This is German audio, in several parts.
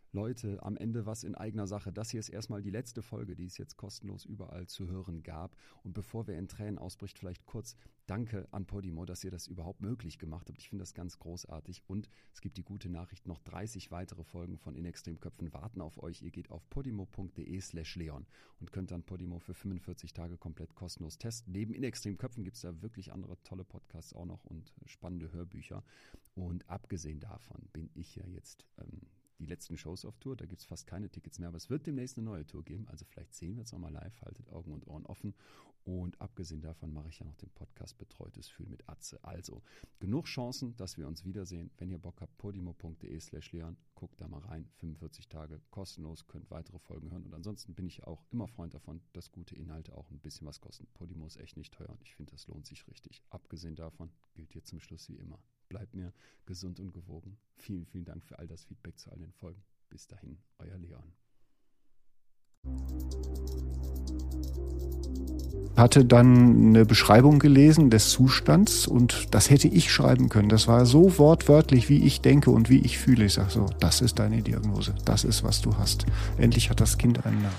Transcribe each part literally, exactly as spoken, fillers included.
Leute, am Ende was in eigener Sache. Das hier ist erstmal die letzte Folge, die es jetzt kostenlos überall zu hören gab. Und bevor wir in Tränen ausbricht, vielleicht kurz Danke an Podimo, dass ihr das überhaupt möglich gemacht habt. Ich finde das ganz großartig. Und es gibt die gute Nachricht, noch dreißig weitere Folgen von In Extrem Köpfen warten auf euch. Ihr geht auf podimo.de slash Leon und könnt dann Podimo für fünfundvierzig Tage komplett kostenlos testen. Neben In Extrem Köpfen gibt es da wirklich andere tolle Podcasts auch noch und spannende Hörbücher. Und abgesehen davon bin ich ja jetzt ähm, die letzten Shows auf Tour, da gibt es fast keine Tickets mehr, aber es wird demnächst eine neue Tour geben, also vielleicht sehen wir es nochmal live, haltet Augen und Ohren offen und abgesehen davon mache ich ja noch den Podcast Betreutes Fühlen mit Atze, also genug Chancen, dass wir uns wiedersehen, wenn ihr Bock habt, podimo.de slash Leon, guckt da mal rein, fünfundvierzig Tage kostenlos, könnt weitere Folgen hören und ansonsten bin ich auch immer Freund davon, dass gute Inhalte auch ein bisschen was kosten. Podimo ist echt nicht teuer und ich finde, das lohnt sich richtig. Abgesehen davon gilt hier zum Schluss wie immer. Bleibt mir gesund und gewogen. Vielen, vielen Dank für all das Feedback zu all den Folgen. Bis dahin, euer Leon. Ich hatte dann eine Beschreibung gelesen des Zustands und das hätte ich schreiben können. Das war so wortwörtlich, wie ich denke und wie ich fühle. Ich sage so, das ist deine Diagnose. Das ist, was du hast. Endlich hat das Kind einen Namen.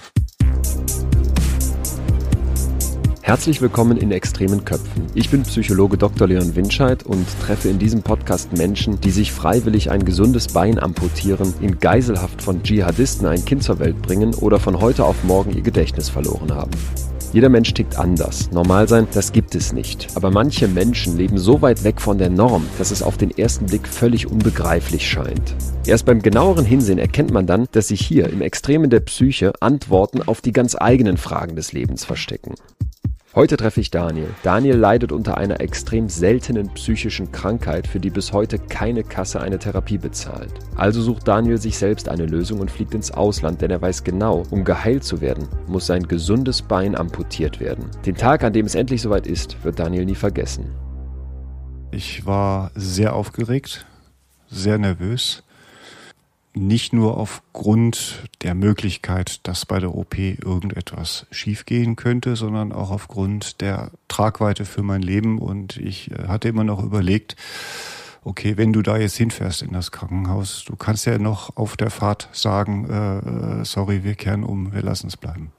Herzlich willkommen in Extremen Köpfen. Ich bin Psychologe Doktor Leon Winscheid und treffe in diesem Podcast Menschen, die sich freiwillig ein gesundes Bein amputieren, in Geiselhaft von Dschihadisten ein Kind zur Welt bringen oder von heute auf morgen ihr Gedächtnis verloren haben. Jeder Mensch tickt anders. Normal sein, das gibt es nicht. Aber manche Menschen leben so weit weg von der Norm, dass es auf den ersten Blick völlig unbegreiflich scheint. Erst beim genaueren Hinsehen erkennt man dann, dass sich hier im Extremen der Psyche Antworten auf die ganz eigenen Fragen des Lebens verstecken. Heute treffe ich Daniel. Daniel leidet unter einer extrem seltenen psychischen Krankheit, für die bis heute keine Kasse eine Therapie bezahlt. Also sucht Daniel sich selbst eine Lösung und fliegt ins Ausland, denn er weiß genau, um geheilt zu werden, muss sein gesundes Bein amputiert werden. Den Tag, an dem es endlich soweit ist, wird Daniel nie vergessen. Ich war sehr aufgeregt, sehr nervös. Nicht nur aufgrund der Möglichkeit, dass bei der O P irgendetwas schiefgehen könnte, sondern auch aufgrund der Tragweite für mein Leben. Und ich hatte immer noch überlegt, okay, wenn du da jetzt hinfährst in das Krankenhaus, du kannst ja noch auf der Fahrt sagen, äh, sorry, wir kehren um, wir lassen es bleiben.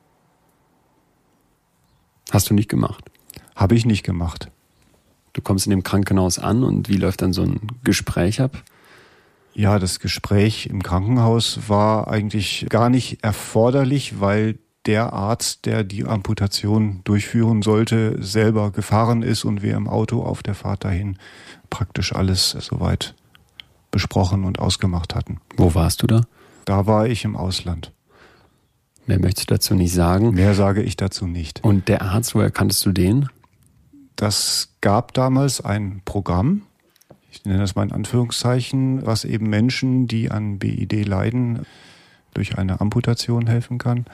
Hast du nicht gemacht? Habe ich nicht gemacht. Du kommst in dem Krankenhaus an und wie läuft dann so ein Gespräch ab? Ja, das Gespräch im Krankenhaus war eigentlich gar nicht erforderlich, weil der Arzt, der die Amputation durchführen sollte, selber gefahren ist und wir im Auto auf der Fahrt dahin praktisch alles soweit besprochen und ausgemacht hatten. Wo warst du da? Da war ich im Ausland. Mehr möchtest du dazu nicht sagen? Mehr sage ich dazu nicht. Und der Arzt, woher kanntest du den? Das gab damals ein Programm, ich nenne das mal in Anführungszeichen, was eben Menschen, die an B I D leiden, durch eine Amputation helfen kann.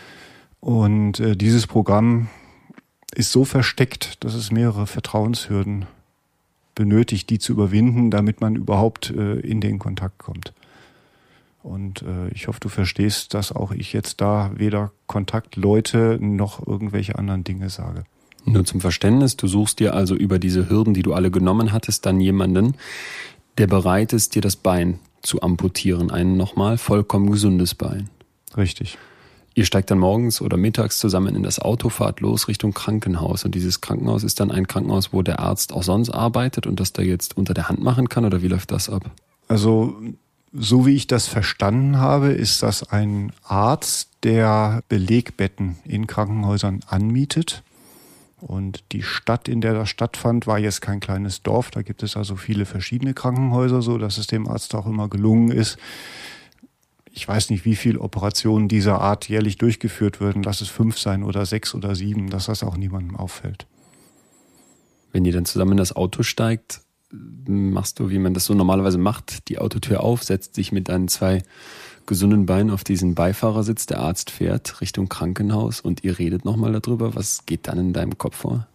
Und äh, dieses Programm ist so versteckt, dass es mehrere Vertrauenshürden benötigt, die zu überwinden, damit man überhaupt äh, in den Kontakt kommt. Und äh, ich hoffe, du verstehst, dass auch ich jetzt da weder Kontaktleute noch irgendwelche anderen Dinge sage. Nur zum Verständnis, du suchst dir also über diese Hürden, die du alle genommen hattest, dann jemanden, der bereit ist, dir das Bein zu amputieren. Ein nochmal vollkommen gesundes Bein. Richtig. Ihr steigt dann morgens oder mittags zusammen in das Auto, fahrt los Richtung Krankenhaus. Und dieses Krankenhaus ist dann ein Krankenhaus, wo der Arzt auch sonst arbeitet und das da jetzt unter der Hand machen kann? Oder wie läuft das ab? Also, so wie ich das verstanden habe, ist das ein Arzt, der Belegbetten in Krankenhäusern anmietet. Und die Stadt, in der das stattfand, war jetzt kein kleines Dorf. Da gibt es also viele verschiedene Krankenhäuser, so dass es dem Arzt auch immer gelungen ist. Ich weiß nicht, wie viele Operationen dieser Art jährlich durchgeführt würden. Lass es fünf sein oder sechs oder sieben, dass das auch niemandem auffällt. Wenn ihr dann zusammen in das Auto steigt, machst du, wie man das so normalerweise macht, die Autotür auf, setzt sich mit deinen zwei gesunden Beinen auf diesen Beifahrersitz, der Arzt fährt Richtung Krankenhaus und ihr redet nochmal darüber. Was geht dann in deinem Kopf vor?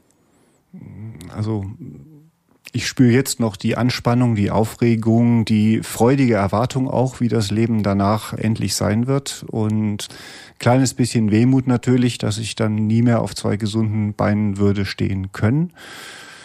Also ich spüre jetzt noch die Anspannung, die Aufregung, die freudige Erwartung auch, wie das Leben danach endlich sein wird und ein kleines bisschen Wehmut natürlich, dass ich dann nie mehr auf zwei gesunden Beinen würde stehen können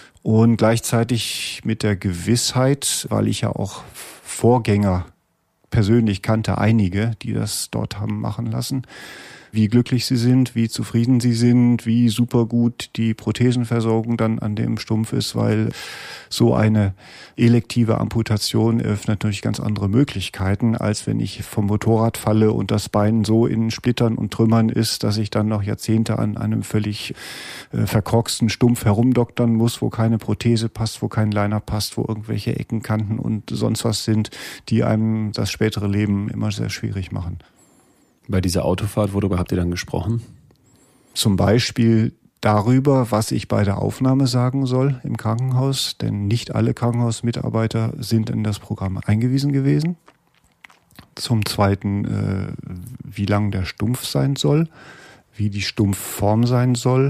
und gleichzeitig mit der Gewissheit, weil ich ja auch Vorgänger persönlich kannte einige, die das dort haben machen lassen. Wie glücklich sie sind, wie zufrieden sie sind, wie super gut die Prothesenversorgung dann an dem Stumpf ist, weil so eine elektive Amputation eröffnet natürlich ganz andere Möglichkeiten, als wenn ich vom Motorrad falle und das Bein so in Splittern und Trümmern ist, dass ich dann noch Jahrzehnte an einem völlig äh, verkorksten Stumpf herumdoktern muss, wo keine Prothese passt, wo kein Liner passt, wo irgendwelche Ecken, Kanten und sonst was sind, die einem das spätere Leben immer sehr schwierig machen. Bei dieser Autofahrt, worüber habt ihr dann gesprochen? Zum Beispiel darüber, was ich bei der Aufnahme sagen soll im Krankenhaus, denn nicht alle Krankenhausmitarbeiter sind in das Programm eingewiesen gewesen. Zum Zweiten, äh, wie lang der Stumpf sein soll, wie die Stumpfform sein soll,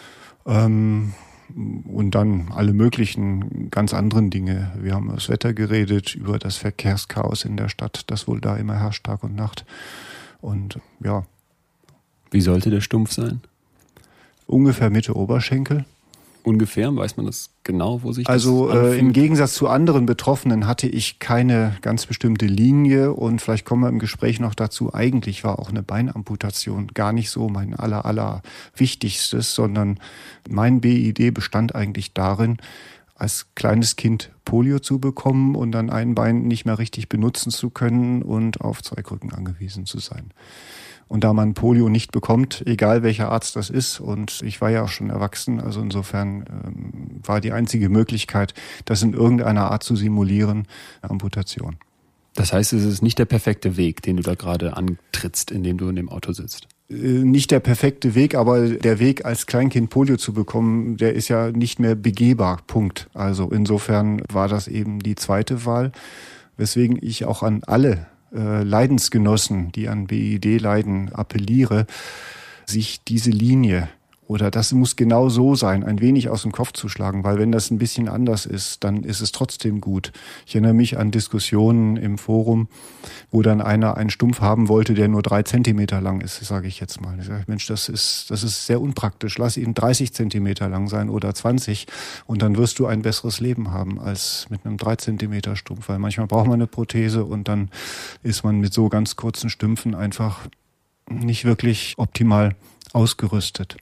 ähm, und dann alle möglichen ganz anderen Dinge. Wir haben über das Wetter geredet, über das Verkehrschaos in der Stadt, das wohl da immer herrscht, Tag und Nacht. Und ja. Wie sollte der Stumpf sein? Ungefähr Mitte Oberschenkel. Ungefähr? Weiß man das genau, wo sich das Also äh, im Gegensatz zu anderen Betroffenen hatte ich keine ganz bestimmte Linie und vielleicht kommen wir im Gespräch noch dazu. Eigentlich war auch eine Beinamputation gar nicht so mein aller, aller Wichtigstes, sondern mein B I D bestand eigentlich darin, als kleines Kind Polio zu bekommen und dann ein Bein nicht mehr richtig benutzen zu können und auf zwei Krücken angewiesen zu sein. Und da man Polio nicht bekommt, egal welcher Arzt das ist, und ich war ja auch schon erwachsen, also insofern ähm, war die einzige Möglichkeit, das in irgendeiner Art zu simulieren, eine Amputation. Das heißt, es ist nicht der perfekte Weg, den du da gerade antrittst, indem du in dem Auto sitzt? Nicht der perfekte Weg, aber der Weg, als Kleinkind Polio zu bekommen, der ist ja nicht mehr begehbar, Punkt. Also insofern war das eben die zweite Wahl, weswegen ich auch an alle äh, Leidensgenossen, die an B I D leiden, appelliere, sich diese Linie oder das muss genau so sein, ein wenig aus dem Kopf zu schlagen, weil wenn das ein bisschen anders ist, dann ist es trotzdem gut. Ich erinnere mich an Diskussionen im Forum, wo dann einer einen Stumpf haben wollte, der nur drei Zentimeter lang ist, sage ich jetzt mal. Ich sage, Mensch, das ist, das ist sehr unpraktisch. Lass ihn dreißig Zentimeter lang sein oder zwanzig und dann wirst du ein besseres Leben haben als mit einem drei Zentimeter Stumpf, weil manchmal braucht man eine Prothese und dann ist man mit so ganz kurzen Stümpfen einfach nicht wirklich optimal ausgerüstet.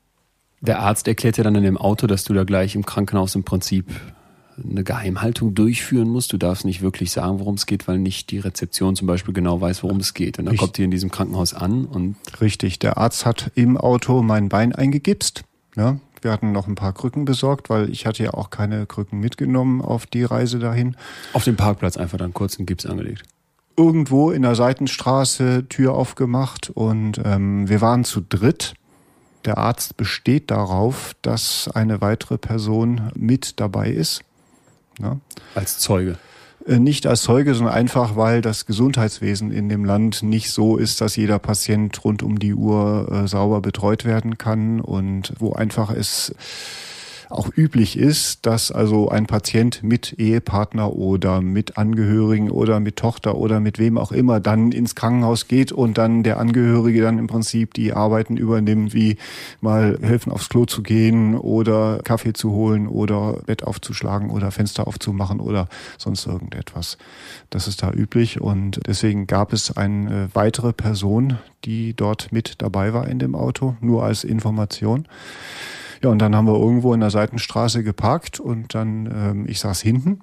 Der Arzt erklärt ja dann in dem Auto, dass du da gleich im Krankenhaus im Prinzip eine Geheimhaltung durchführen musst. Du darfst nicht wirklich sagen, worum es geht, weil nicht die Rezeption zum Beispiel genau weiß, worum es geht. Und dann kommt ihr in diesem Krankenhaus an und... Richtig, der Arzt hat im Auto mein Bein eingegipst. Ja, wir hatten noch ein paar Krücken besorgt, weil ich hatte ja auch keine Krücken mitgenommen auf die Reise dahin. Auf dem Parkplatz einfach dann kurz einen Gips angelegt. Irgendwo in der Seitenstraße Tür aufgemacht und ähm, wir waren zu dritt. Der Arzt besteht darauf, dass eine weitere Person mit dabei ist. Ja. Als Zeuge? Nicht als Zeuge, sondern einfach, weil das Gesundheitswesen in dem Land nicht so ist, dass jeder Patient rund um die Uhr äh, sauber betreut werden kann und wo einfach es auch üblich ist, dass also ein Patient mit Ehepartner oder mit Angehörigen oder mit Tochter oder mit wem auch immer dann ins Krankenhaus geht und dann der Angehörige dann im Prinzip die Arbeiten übernimmt, wie mal helfen aufs Klo zu gehen oder Kaffee zu holen oder Bett aufzuschlagen oder Fenster aufzumachen oder sonst irgendetwas. Das ist da üblich und deswegen gab es eine weitere Person, die dort mit dabei war in dem Auto, nur als Information. Ja, und dann haben wir irgendwo in der Seitenstraße geparkt und dann, ähm, ich saß hinten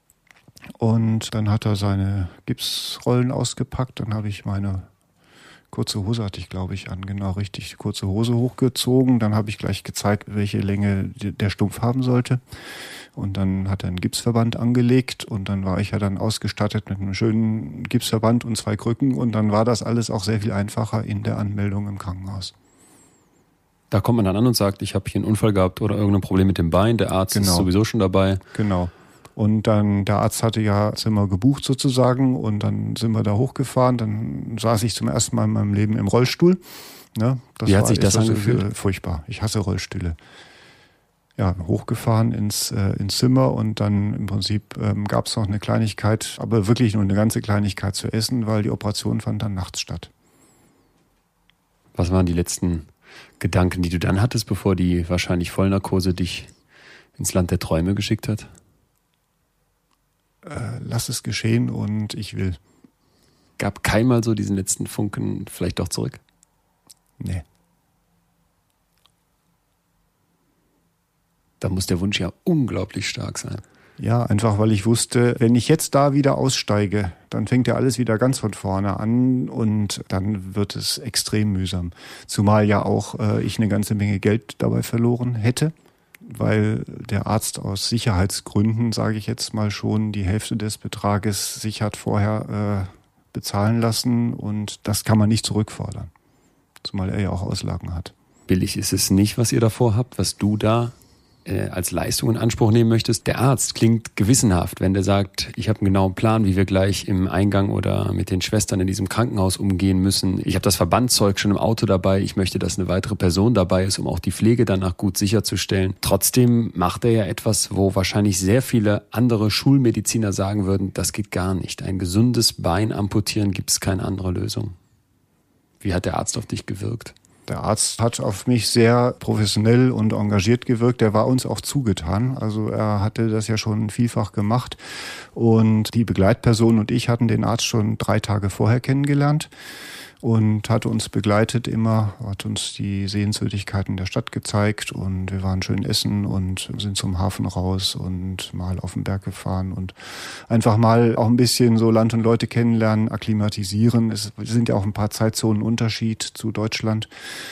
und dann hat er seine Gipsrollen ausgepackt, dann habe ich meine kurze Hose hatte ich, glaube ich, an, genau richtig, kurze Hose hochgezogen, dann habe ich gleich gezeigt, welche Länge der Stumpf haben sollte und dann hat er einen Gipsverband angelegt und dann war ich ja dann ausgestattet mit einem schönen Gipsverband und zwei Krücken und dann war das alles auch sehr viel einfacher in der Anmeldung im Krankenhaus. Da kommt man dann an und sagt, ich habe hier einen Unfall gehabt oder irgendein Problem mit dem Bein. Der Arzt genau. ist sowieso schon dabei. Genau. Und dann, der Arzt hatte ja Zimmer gebucht sozusagen und dann sind wir da hochgefahren. Dann saß ich zum ersten Mal in meinem Leben im Rollstuhl. Ja, das Wie hat war sich das etwas, angefühlt? Äh, furchtbar. Ich hasse Rollstühle. Ja, hochgefahren ins, äh, ins Zimmer und dann im Prinzip ähm, gab es noch eine Kleinigkeit, aber wirklich nur eine ganze Kleinigkeit zu essen, weil die Operation fand dann nachts statt. Was waren die letzten Gedanken, die du dann hattest, bevor die wahrscheinlich Vollnarkose dich ins Land der Träume geschickt hat? Äh, lass es geschehen und ich will. gab keinmal so diesen letzten Funken vielleicht doch zurück? Nee. Da muss der Wunsch ja unglaublich stark sein. Ja, einfach weil ich wusste, wenn ich jetzt da wieder aussteige, dann fängt ja alles wieder ganz von vorne an und dann wird es extrem mühsam. Zumal ja auch äh, ich eine ganze Menge Geld dabei verloren hätte, weil der Arzt aus Sicherheitsgründen, sage ich jetzt mal schon, die Hälfte des Betrages sich hat vorher äh, bezahlen lassen und das kann man nicht zurückfordern. Zumal er ja auch Auslagen hat. Billig ist es nicht, was ihr davor habt, was du da als Leistung in Anspruch nehmen möchtest. Der Arzt klingt gewissenhaft, wenn der sagt, ich habe einen genauen Plan, wie wir gleich im Eingang oder mit den Schwestern in diesem Krankenhaus umgehen müssen. Ich habe das Verbandszeug schon im Auto dabei. Ich möchte, dass eine weitere Person dabei ist, um auch die Pflege danach gut sicherzustellen. Trotzdem macht er ja etwas, wo wahrscheinlich sehr viele andere Schulmediziner sagen würden, das geht gar nicht. Ein gesundes Bein amputieren, gibt es keine andere Lösung. Wie hat der Arzt auf dich gewirkt? Der Arzt hat auf mich sehr professionell und engagiert gewirkt. Der war uns auch zugetan. Also er hatte das ja schon vielfach gemacht. Und die Begleitperson und ich hatten den Arzt schon drei Tage vorher kennengelernt und hatte uns begleitet immer, hat uns die Sehenswürdigkeiten der Stadt gezeigt und wir waren schön essen und sind zum Hafen raus und mal auf den Berg gefahren und einfach mal auch ein bisschen so Land und Leute kennenlernen, akklimatisieren. Es sind ja auch ein paar Zeitzonen Unterschied zu Deutschland.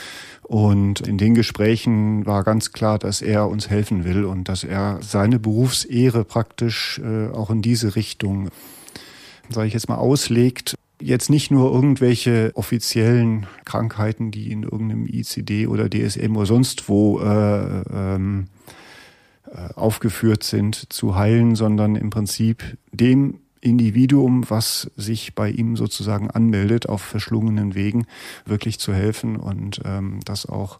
Und in den Gesprächen war ganz klar, dass er uns helfen will und dass er seine Berufsehre praktisch äh, auch in diese Richtung, sage ich jetzt mal, auslegt. Jetzt nicht nur irgendwelche offiziellen Krankheiten, die in irgendeinem I C D oder D S M oder sonst wo äh, ähm, äh, aufgeführt sind, zu heilen, sondern im Prinzip dem Individuum, was sich bei ihm sozusagen anmeldet, auf verschlungenen Wegen wirklich zu helfen und ähm, das auch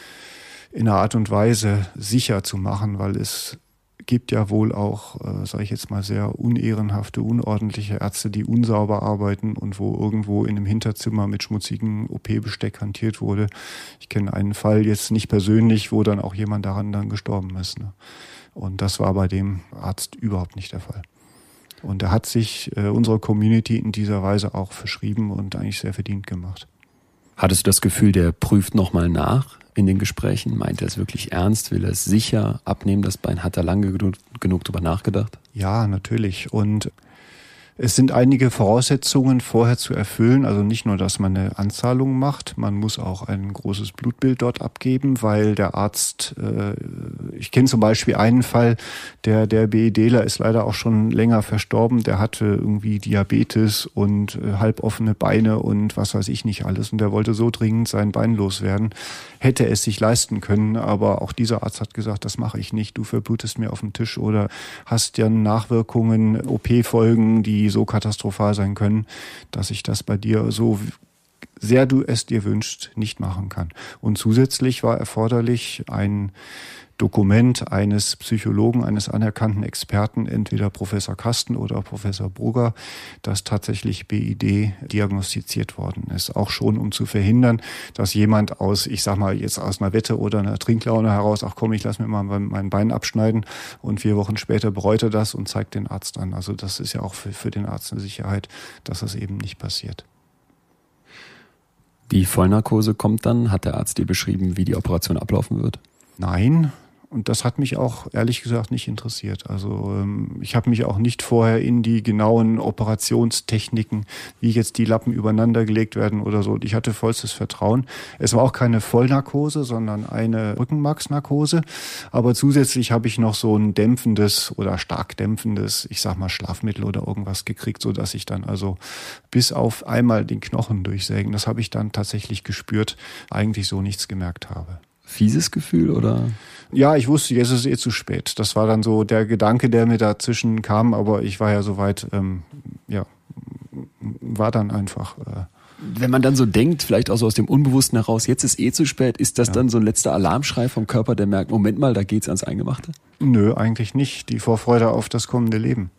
in einer Art und Weise sicher zu machen, weil es gibt ja wohl auch, äh, sage ich jetzt mal, sehr unehrenhafte, unordentliche Ärzte, die unsauber arbeiten und wo irgendwo in einem Hinterzimmer mit schmutzigem O P-Besteck hantiert wurde. Ich kenne einen Fall jetzt nicht persönlich, wo dann auch jemand daran dann gestorben ist. Ne? Und das war bei dem Arzt überhaupt nicht der Fall. Und er hat sich äh, unserer Community in dieser Weise auch verschrieben und eigentlich sehr verdient gemacht. Hattest du das Gefühl, der prüft nochmal nach in den Gesprächen? Meint er es wirklich ernst? Will er es sicher abnehmen, das Bein? Hat er lange genug, genug drüber nachgedacht? Ja, natürlich. Und es sind einige Voraussetzungen vorher zu erfüllen. Also nicht nur, dass man eine Anzahlung macht, man muss auch ein großes Blutbild dort abgeben, weil der Arzt, äh, ich kenne zum Beispiel einen Fall, der der BEDler ist leider auch schon länger verstorben, der hatte irgendwie Diabetes und äh, halboffene Beine und was weiß ich nicht alles und der wollte so dringend sein Bein loswerden, hätte es sich leisten können, aber auch dieser Arzt hat gesagt, das mache ich nicht, du verblutest mir auf dem Tisch oder hast ja Nachwirkungen, O P-Folgen, die so katastrophal sein können, dass ich das bei dir so sehr du es dir wünschst, nicht machen kann. Und zusätzlich war erforderlich ein Dokument eines Psychologen, eines anerkannten Experten, entweder Professor Kasten oder Professor Brugger, dass tatsächlich B I D diagnostiziert worden ist. Auch schon, um zu verhindern, dass jemand aus, ich sag mal jetzt aus einer Wette oder einer Trinklaune heraus, ach komm, ich lass mir mal mein Bein abschneiden und vier Wochen später bereut er das und zeigt den Arzt an. Also das ist ja auch für, für den Arzt eine Sicherheit, dass das eben nicht passiert. Die Vollnarkose kommt dann. Hat der Arzt dir beschrieben, wie die Operation ablaufen wird? Nein. Und das hat mich auch ehrlich gesagt nicht interessiert. Also ähm, ich habe mich auch nicht vorher in die genauen Operationstechniken, wie jetzt die Lappen übereinander gelegt werden oder so. Ich hatte vollstes Vertrauen. Es war auch keine Vollnarkose, sondern eine Rückenmarksnarkose. Aber zusätzlich habe ich noch so ein dämpfendes oder stark dämpfendes, ich sag mal Schlafmittel oder irgendwas gekriegt, so dass ich dann also bis auf einmal den Knochen durchsägen, das habe ich dann tatsächlich gespürt, eigentlich so nichts gemerkt habe. Fieses Gefühl oder? Ja, ich wusste, jetzt ist es eh zu spät. Das war dann so der Gedanke, der mir dazwischen kam, aber ich war ja soweit, ähm, ja, war dann einfach. Äh, Wenn man dann so denkt, vielleicht auch so aus dem Unbewussten heraus, jetzt ist eh zu spät, ist das ja. dann so ein letzter Alarmschrei vom Körper, der merkt, Moment mal, da geht's ans Eingemachte? Nö, eigentlich nicht. Die Vorfreude auf das kommende Leben.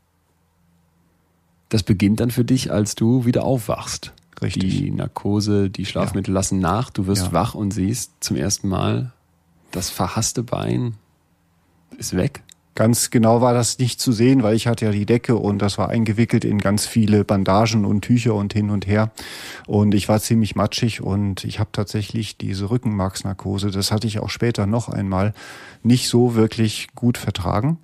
Das beginnt dann für dich, als du wieder aufwachst. Richtig. Die Narkose, die Schlafmittel ja. lassen nach, du wirst ja. wach und siehst zum ersten Mal, das verhasste Bein ist weg. Ganz genau war das nicht zu sehen, weil ich hatte ja die Decke und das war eingewickelt in ganz viele Bandagen und Tücher und hin und her. Und ich war ziemlich matschig und ich habe tatsächlich diese Rückenmarksnarkose, das hatte ich auch später noch einmal, nicht so wirklich gut vertragen.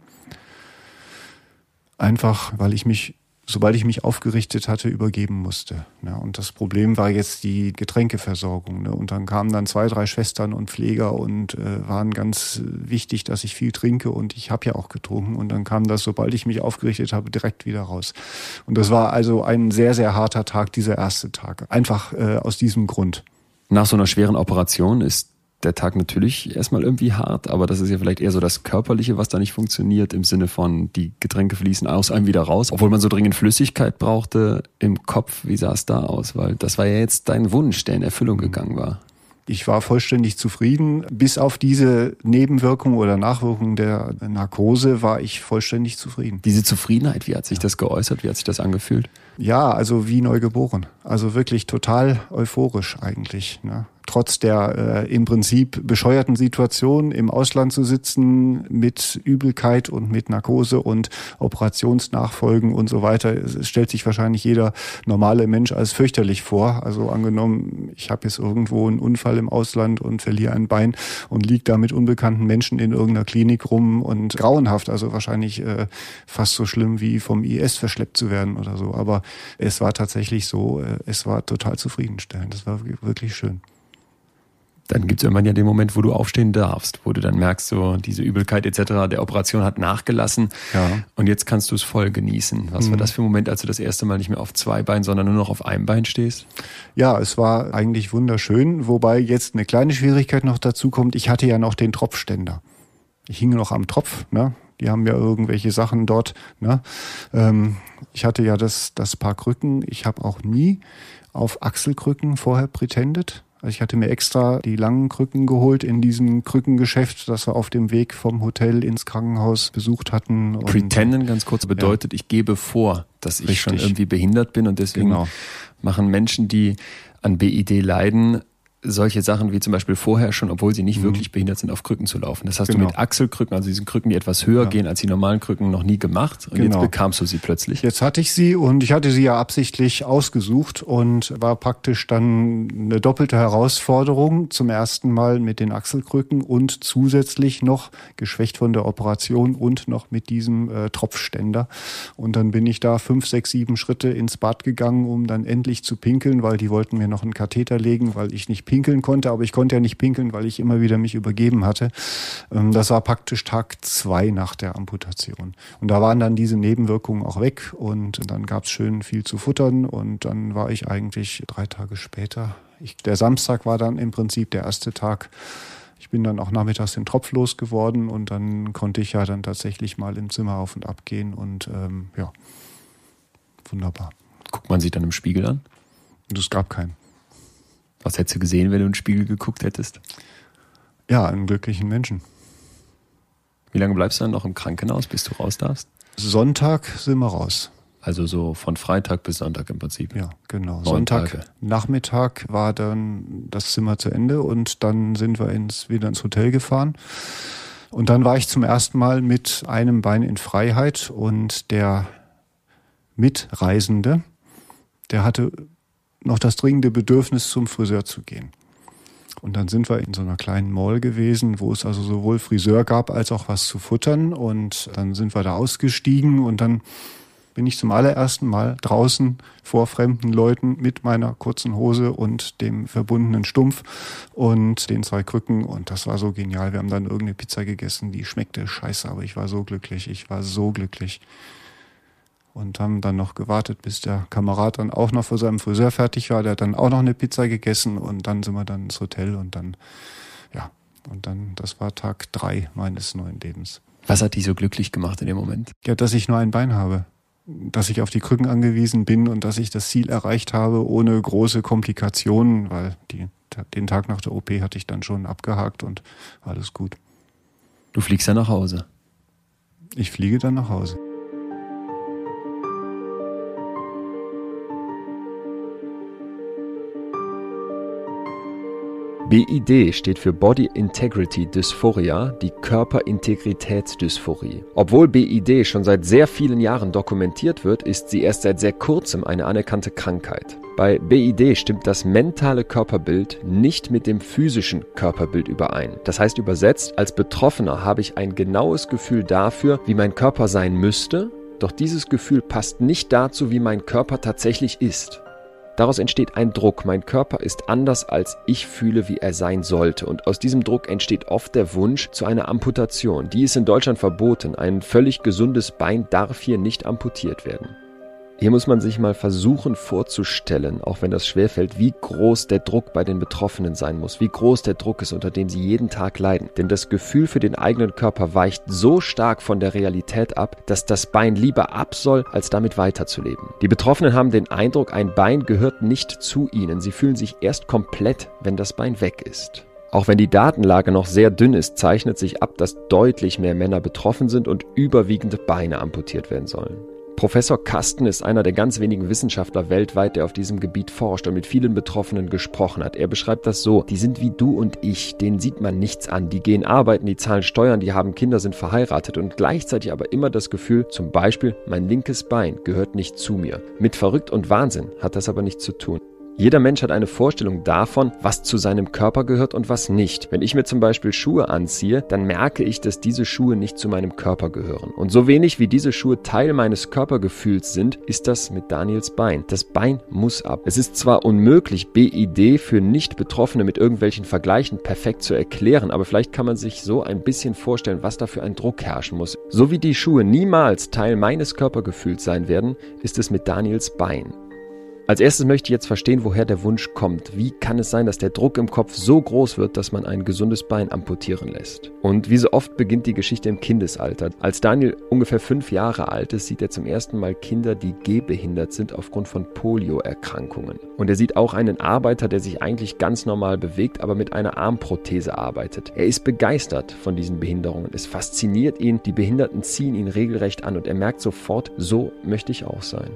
Einfach, weil ich mich, sobald ich mich aufgerichtet hatte, übergeben musste. Ja, und das Problem war jetzt die Getränkeversorgung. Ne? Und dann kamen dann zwei, drei Schwestern und Pfleger und äh, waren ganz wichtig, dass ich viel trinke. Und ich habe ja auch getrunken. Und dann kam das, sobald ich mich aufgerichtet habe, direkt wieder raus. Und das war also ein sehr, sehr harter Tag, dieser erste Tag. Einfach äh, aus diesem Grund. Nach so einer schweren Operation ist der Tag natürlich erstmal irgendwie hart, aber das ist ja vielleicht eher so das Körperliche, was da nicht funktioniert, im Sinne von, die Getränke fließen aus einem wieder raus, obwohl man so dringend Flüssigkeit brauchte im Kopf. Wie sah es da aus? Weil das war ja jetzt dein Wunsch, der in Erfüllung gegangen war. Ich war vollständig zufrieden. Bis auf diese Nebenwirkung oder Nachwirkung der Narkose war ich vollständig zufrieden. Diese Zufriedenheit, wie hat sich das geäußert? Wie hat sich das angefühlt? Ja, also wie neugeboren. Also wirklich total euphorisch eigentlich, ne? Trotz der äh, im Prinzip bescheuerten Situation, im Ausland zu sitzen mit Übelkeit und mit Narkose und Operationsnachfolgen und so weiter, es stellt sich wahrscheinlich jeder normale Mensch als fürchterlich vor. Also angenommen, ich habe jetzt irgendwo einen Unfall im Ausland und verliere ein Bein und liege da mit unbekannten Menschen in irgendeiner Klinik rum und grauenhaft, also wahrscheinlich äh, fast so schlimm wie vom I S verschleppt zu werden oder so. Aber es war tatsächlich so, äh, es war total zufriedenstellend. Das war wirklich schön. Dann gibt es irgendwann ja den Moment, wo du aufstehen darfst, wo du dann merkst, so diese Übelkeit et cetera der Operation hat nachgelassen, ja. Und jetzt kannst du es voll genießen. Was mhm. war das für ein Moment, als du das erste Mal nicht mehr auf zwei Beinen, sondern nur noch auf einem Bein stehst? Ja, es war eigentlich wunderschön, wobei jetzt eine kleine Schwierigkeit noch dazu kommt. Ich hatte ja noch den Tropfständer. Ich hing noch am Tropf, ne? Die haben ja irgendwelche Sachen dort, ne? Ähm, ich hatte ja das, das Paar Krücken. Ich habe auch nie auf Achselkrücken vorher prätendet. Also ich hatte mir extra die langen Krücken geholt in diesem Krückengeschäft, das wir auf dem Weg vom Hotel ins Krankenhaus besucht hatten. Und Pretenden, ganz kurz, bedeutet, ja. Ich gebe vor, dass ich Richtig. schon irgendwie behindert bin und deswegen genau. machen Menschen, die an B I D leiden, solche Sachen wie zum Beispiel vorher schon, obwohl sie nicht mhm. wirklich behindert sind, auf Krücken zu laufen. Das hast genau. du mit Achselkrücken, also diesen Krücken, die etwas höher ja. gehen als die normalen Krücken, noch nie gemacht. Und genau. jetzt bekamst du sie plötzlich. Jetzt hatte ich sie und ich hatte sie ja absichtlich ausgesucht und war praktisch dann eine doppelte Herausforderung. Zum ersten Mal mit den Achselkrücken und zusätzlich noch, geschwächt von der Operation, und noch mit diesem äh, Tropfständer. Und dann bin ich da fünf, sechs, sieben Schritte ins Bad gegangen, um dann endlich zu pinkeln, weil die wollten mir noch einen Katheter legen, weil ich nicht pinkeln konnte, aber ich konnte ja nicht pinkeln, weil ich immer wieder mich übergeben hatte. Das war praktisch Tag zwei nach der Amputation. Und da waren dann diese Nebenwirkungen auch weg und dann gab es schön viel zu futtern und dann war ich eigentlich drei Tage später, ich, der Samstag war dann im Prinzip der erste Tag. Ich bin dann auch nachmittags den Tropf losgeworden und dann konnte ich ja dann tatsächlich mal im Zimmer auf und ab gehen und ähm, ja, wunderbar. Guckt man sich dann im Spiegel an? Und es gab keinen. Was hättest du gesehen, wenn du in den Spiegel geguckt hättest? Ja, einen glücklichen Menschen. Wie lange bleibst du dann noch im Krankenhaus, bis du raus darfst? Sonntag sind wir raus. Also so von Freitag bis Sonntag im Prinzip? Ja, genau. Sonntag Nachmittag war dann das Zimmer zu Ende und dann sind wir ins, wieder ins Hotel gefahren. Und dann war ich zum ersten Mal mit einem Bein in Freiheit und der Mitreisende, der hatte noch das dringende Bedürfnis, zum Friseur zu gehen. Und dann sind wir in so einer kleinen Mall gewesen, wo es also sowohl Friseur gab, als auch was zu futtern. Und dann sind wir da ausgestiegen und dann bin ich zum allerersten Mal draußen vor fremden Leuten mit meiner kurzen Hose und dem verbundenen Stumpf und den zwei Krücken. Und das war so genial. Wir haben dann irgendeine Pizza gegessen, die schmeckte scheiße, aber ich war so glücklich. Ich war so glücklich. Und haben dann noch gewartet, bis der Kamerad dann auch noch vor seinem Friseur fertig war. Der hat dann auch noch eine Pizza gegessen und dann sind wir dann ins Hotel und dann, ja, und dann, das war Tag drei meines neuen Lebens. Was hat dich so glücklich gemacht in dem Moment? Ja, dass ich nur ein Bein habe. Dass ich auf die Krücken angewiesen bin und dass ich das Ziel erreicht habe, ohne große Komplikationen, weil die, den Tag nach der O P hatte ich dann schon abgehakt und alles gut. Du fliegst dann nach Hause? Ich fliege dann nach Hause. B I D steht für Body Integrity Dysphoria, die Körperintegritätsdysphorie. Obwohl B I D schon seit sehr vielen Jahren dokumentiert wird, ist sie erst seit sehr kurzem eine anerkannte Krankheit. Bei B I D stimmt das mentale Körperbild nicht mit dem physischen Körperbild überein. Das heißt übersetzt, als Betroffener habe ich ein genaues Gefühl dafür, wie mein Körper sein müsste, doch dieses Gefühl passt nicht dazu, wie mein Körper tatsächlich ist. Daraus entsteht ein Druck. Mein Körper ist anders, als ich fühle, wie er sein sollte. Und aus diesem Druck entsteht oft der Wunsch zu einer Amputation. Die ist in Deutschland verboten. Ein völlig gesundes Bein darf hier nicht amputiert werden. Hier muss man sich mal versuchen vorzustellen, auch wenn das schwerfällt, wie groß der Druck bei den Betroffenen sein muss, wie groß der Druck ist, unter dem sie jeden Tag leiden. Denn das Gefühl für den eigenen Körper weicht so stark von der Realität ab, dass das Bein lieber ab soll, als damit weiterzuleben. Die Betroffenen haben den Eindruck, ein Bein gehört nicht zu ihnen. Sie fühlen sich erst komplett, wenn das Bein weg ist. Auch wenn die Datenlage noch sehr dünn ist, zeichnet sich ab, dass deutlich mehr Männer betroffen sind und überwiegend Beine amputiert werden sollen. Professor Kasten ist einer der ganz wenigen Wissenschaftler weltweit, der auf diesem Gebiet forscht und mit vielen Betroffenen gesprochen hat. Er beschreibt das so: Die sind wie du und ich, denen sieht man nichts an. Die gehen arbeiten, die zahlen Steuern, die haben Kinder, sind verheiratet und gleichzeitig aber immer das Gefühl, zum Beispiel, mein linkes Bein gehört nicht zu mir. Mit Verrückt und Wahnsinn hat das aber nichts zu tun. Jeder Mensch hat eine Vorstellung davon, was zu seinem Körper gehört und was nicht. Wenn ich mir zum Beispiel Schuhe anziehe, dann merke ich, dass diese Schuhe nicht zu meinem Körper gehören. Und so wenig wie diese Schuhe Teil meines Körpergefühls sind, ist das mit Daniels Bein. Das Bein muss ab. Es ist zwar unmöglich, B I D für Nicht-Betroffene mit irgendwelchen Vergleichen perfekt zu erklären, aber vielleicht kann man sich so ein bisschen vorstellen, was da für ein Druck herrschen muss. So wie die Schuhe niemals Teil meines Körpergefühls sein werden, ist es mit Daniels Bein. Als erstes möchte ich jetzt verstehen, woher der Wunsch kommt. Wie kann es sein, dass der Druck im Kopf so groß wird, dass man ein gesundes Bein amputieren lässt? Und wie so oft beginnt die Geschichte im Kindesalter. Als Daniel ungefähr fünf Jahre alt ist, sieht er zum ersten Mal Kinder, die gehbehindert sind aufgrund von Polioerkrankungen. Und er sieht auch einen Arbeiter, der sich eigentlich ganz normal bewegt, aber mit einer Armprothese arbeitet. Er ist begeistert von diesen Behinderungen. Es fasziniert ihn, die Behinderten ziehen ihn regelrecht an und er merkt sofort, so möchte ich auch sein.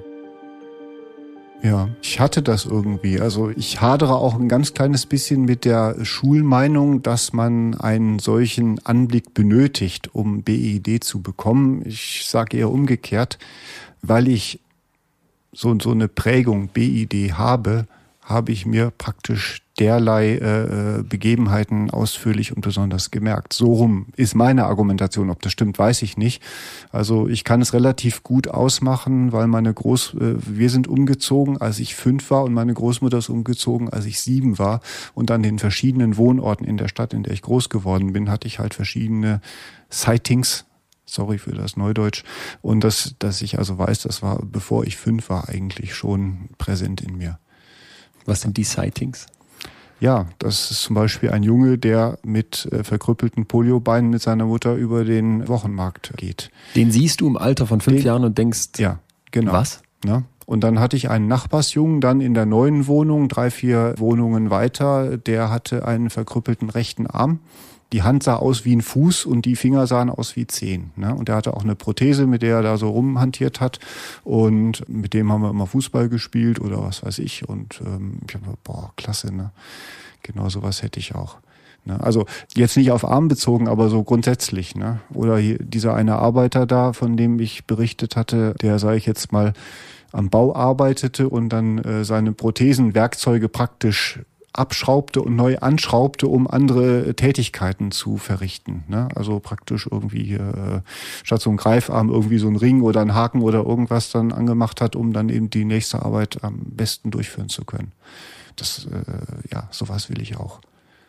Ja, ich hatte das irgendwie. Also ich hadere auch ein ganz kleines bisschen mit der Schulmeinung, dass man einen solchen Anblick benötigt, um B I D zu bekommen. Ich sage eher umgekehrt, weil ich so, so eine Prägung B I D habe, habe ich mir praktisch derlei äh, Begebenheiten ausführlich und besonders gemerkt. So rum ist meine Argumentation. Ob das stimmt, weiß ich nicht. Also ich kann es relativ gut ausmachen, weil meine Groß, äh, wir sind umgezogen, als ich fünf war, und meine Großmutter ist umgezogen, als ich sieben war. Und an den verschiedenen Wohnorten in der Stadt, in der ich groß geworden bin, hatte ich halt verschiedene Sightings. Sorry für das Neudeutsch. Und das, dass ich also weiß, das war, bevor ich fünf war, eigentlich schon präsent in mir. Was sind die Sightings? Ja, das ist zum Beispiel ein Junge, der mit äh, verkrüppelten Poliobeinen mit seiner Mutter über den Wochenmarkt geht. Den siehst du im Alter von fünf Den, Jahren und denkst, ja, genau. Was? Ja. Und dann hatte ich einen Nachbarsjungen dann in der neuen Wohnung, drei, vier Wohnungen weiter, der hatte einen verkrüppelten rechten Arm. Die Hand sah aus wie ein Fuß und die Finger sahen aus wie Zehen. Ne? Und er hatte auch eine Prothese, mit der er da so rumhantiert hat. Und mit dem haben wir immer Fußball gespielt oder was weiß ich. Und ähm, ich habe boah, klasse, ne? Genau sowas hätte ich auch. Ne? Also jetzt nicht auf Arm bezogen, aber so grundsätzlich. Ne? Oder hier, dieser eine Arbeiter da, von dem ich berichtet hatte, der, sage ich jetzt mal, am Bau arbeitete und dann äh, seine Prothesenwerkzeuge praktisch abschraubte und neu anschraubte, um andere Tätigkeiten zu verrichten. Ne? Also praktisch irgendwie äh, statt so einem Greifarm irgendwie so einen Ring oder einen Haken oder irgendwas dann angemacht hat, um dann eben die nächste Arbeit am besten durchführen zu können. Das, äh, ja, sowas will ich auch.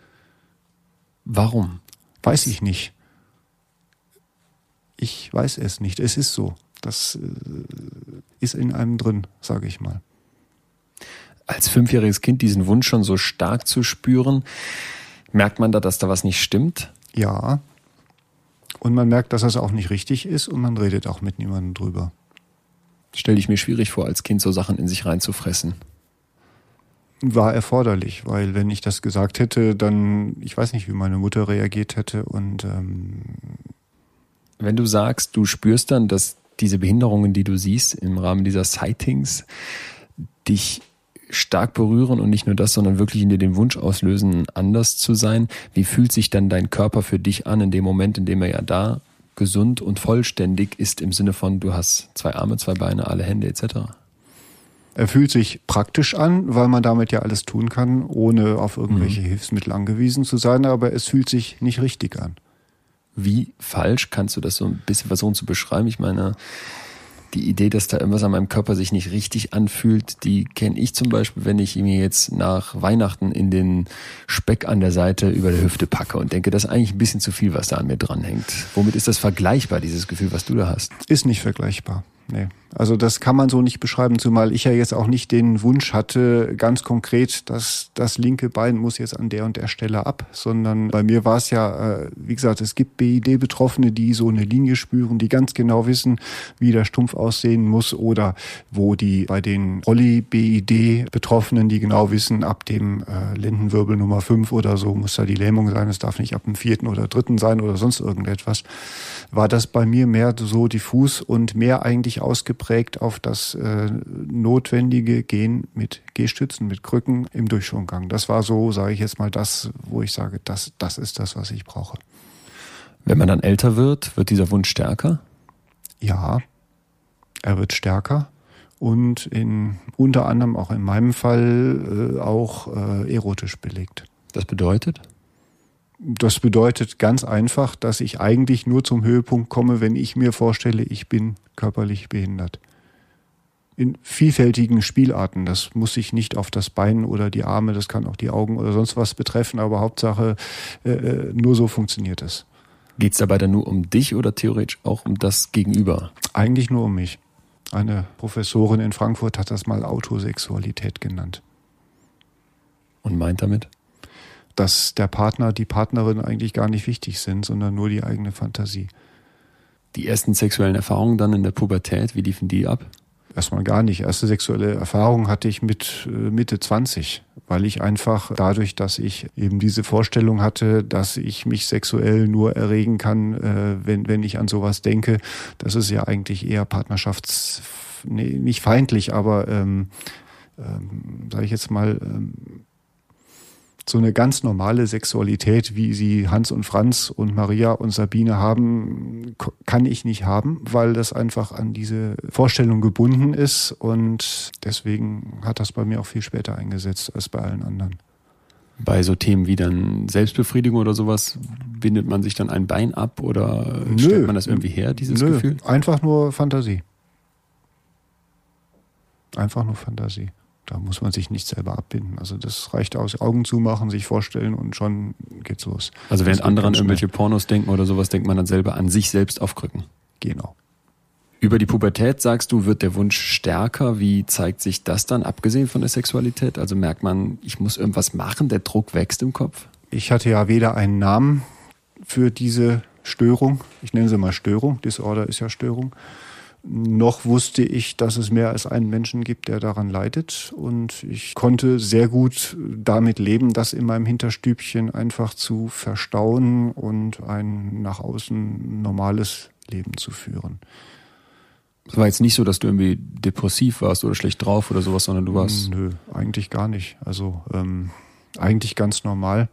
Warum? Weiß ich nicht. Ich weiß es nicht. Es ist so. Das äh, ist in einem drin, sage ich mal. Als fünfjähriges Kind diesen Wunsch schon so stark zu spüren, merkt man da, dass da was nicht stimmt? Ja. Und man merkt, dass das auch nicht richtig ist und man redet auch mit niemandem drüber. Stelle ich mir schwierig vor, als Kind so Sachen in sich reinzufressen. War erforderlich, weil wenn ich das gesagt hätte, dann, ich weiß nicht, wie meine Mutter reagiert hätte. Und ähm wenn du sagst, du spürst dann, dass diese Behinderungen, die du siehst im Rahmen dieser Sightings, dich stark berühren und nicht nur das, sondern wirklich in dir den Wunsch auslösen, anders zu sein. Wie fühlt sich dann dein Körper für dich an in dem Moment, in dem er ja da gesund und vollständig ist, im Sinne von, du hast zwei Arme, zwei Beine, alle Hände et cetera? Er fühlt sich praktisch an, weil man damit ja alles tun kann, ohne auf irgendwelche mhm. Hilfsmittel angewiesen zu sein, aber es fühlt sich nicht richtig an. Wie falsch kannst du das so ein bisschen versuchen zu beschreiben? Ich meine, die Idee, dass da irgendwas an meinem Körper sich nicht richtig anfühlt, die kenne ich zum Beispiel, wenn ich mir jetzt nach Weihnachten in den Speck an der Seite über der Hüfte packe und denke, das ist eigentlich ein bisschen zu viel, was da an mir dranhängt. Womit ist das vergleichbar, dieses Gefühl, was du da hast? Ist nicht vergleichbar. Nee, also das kann man so nicht beschreiben, zumal ich ja jetzt auch nicht den Wunsch hatte, ganz konkret, dass das linke Bein muss jetzt an der und der Stelle ab, sondern bei mir war es ja, wie gesagt, es gibt B I D-Betroffene, die so eine Linie spüren, die ganz genau wissen, wie der Stumpf aussehen muss, oder wo die bei den Poly-B I D-Betroffenen, die genau wissen, ab dem äh, Lendenwirbel Nummer fünf oder so muss da die Lähmung sein, es darf nicht ab dem vierten oder dritten sein oder sonst irgendetwas, war das bei mir mehr so diffus und mehr eigentlich ausgeprägt auf das äh, notwendige Gehen mit Gehstützen, mit Krücken im Durchschwunggang. Das war so, sage ich jetzt mal, das, wo ich sage, das, das ist das, was ich brauche. Wenn man dann älter wird, wird dieser Wunsch stärker? Ja, er wird stärker und in, unter anderem auch in meinem Fall äh, auch äh, erotisch belegt. Das bedeutet? Das bedeutet ganz einfach, dass ich eigentlich nur zum Höhepunkt komme, wenn ich mir vorstelle, ich bin körperlich behindert. In vielfältigen Spielarten. Das muss sich nicht auf das Bein oder die Arme, das kann auch die Augen oder sonst was betreffen, aber Hauptsache, äh, nur so funktioniert es. Geht es dabei dann nur um dich oder theoretisch auch um das Gegenüber? Eigentlich nur um mich. Eine Professorin in Frankfurt hat das mal Autosexualität genannt. Und meint damit? Dass der Partner, die Partnerin eigentlich gar nicht wichtig sind, sondern nur die eigene Fantasie. Die ersten sexuellen Erfahrungen dann in der Pubertät, wie liefen die ab? Erstmal gar nicht. Erste sexuelle Erfahrung hatte ich mit Mitte zwanzig, weil ich einfach dadurch, dass ich eben diese Vorstellung hatte, dass ich mich sexuell nur erregen kann, wenn, wenn ich an sowas denke, das ist ja eigentlich eher partnerschafts... Nee, nicht feindlich, aber ähm, ähm, sage ich jetzt mal... Ähm, so eine ganz normale Sexualität, wie sie Hans und Franz und Maria und Sabine haben, kann ich nicht haben, weil das einfach an diese Vorstellung gebunden ist und deswegen hat das bei mir auch viel später eingesetzt als bei allen anderen. Bei so Themen wie dann Selbstbefriedigung oder sowas, bindet man sich dann ein Bein ab oder Nö. stellt man das irgendwie her, dieses Nö. Gefühl? Einfach nur Fantasie. Einfach nur Fantasie. Da muss man sich nicht selber abbinden. Also das reicht aus, Augen zumachen, sich vorstellen und schon geht's los. Also während andere an irgendwelche Pornos denken oder sowas, denkt man dann selber an sich selbst aufkrücken. Genau. Über die Pubertät, sagst du, wird der Wunsch stärker. Wie zeigt sich das dann, abgesehen von der Sexualität? Also merkt man, ich muss irgendwas machen, der Druck wächst im Kopf? Ich hatte ja weder einen Namen für diese Störung, ich nenne sie mal Störung, Disorder ist ja Störung, noch wusste ich, dass es mehr als einen Menschen gibt, der daran leidet. Und ich konnte sehr gut damit leben, das in meinem Hinterstübchen einfach zu verstauen und ein nach außen normales Leben zu führen. Es war jetzt nicht so, dass du irgendwie depressiv warst oder schlecht drauf oder sowas, sondern du warst... Nö, eigentlich gar nicht. Also ähm, eigentlich ganz normal.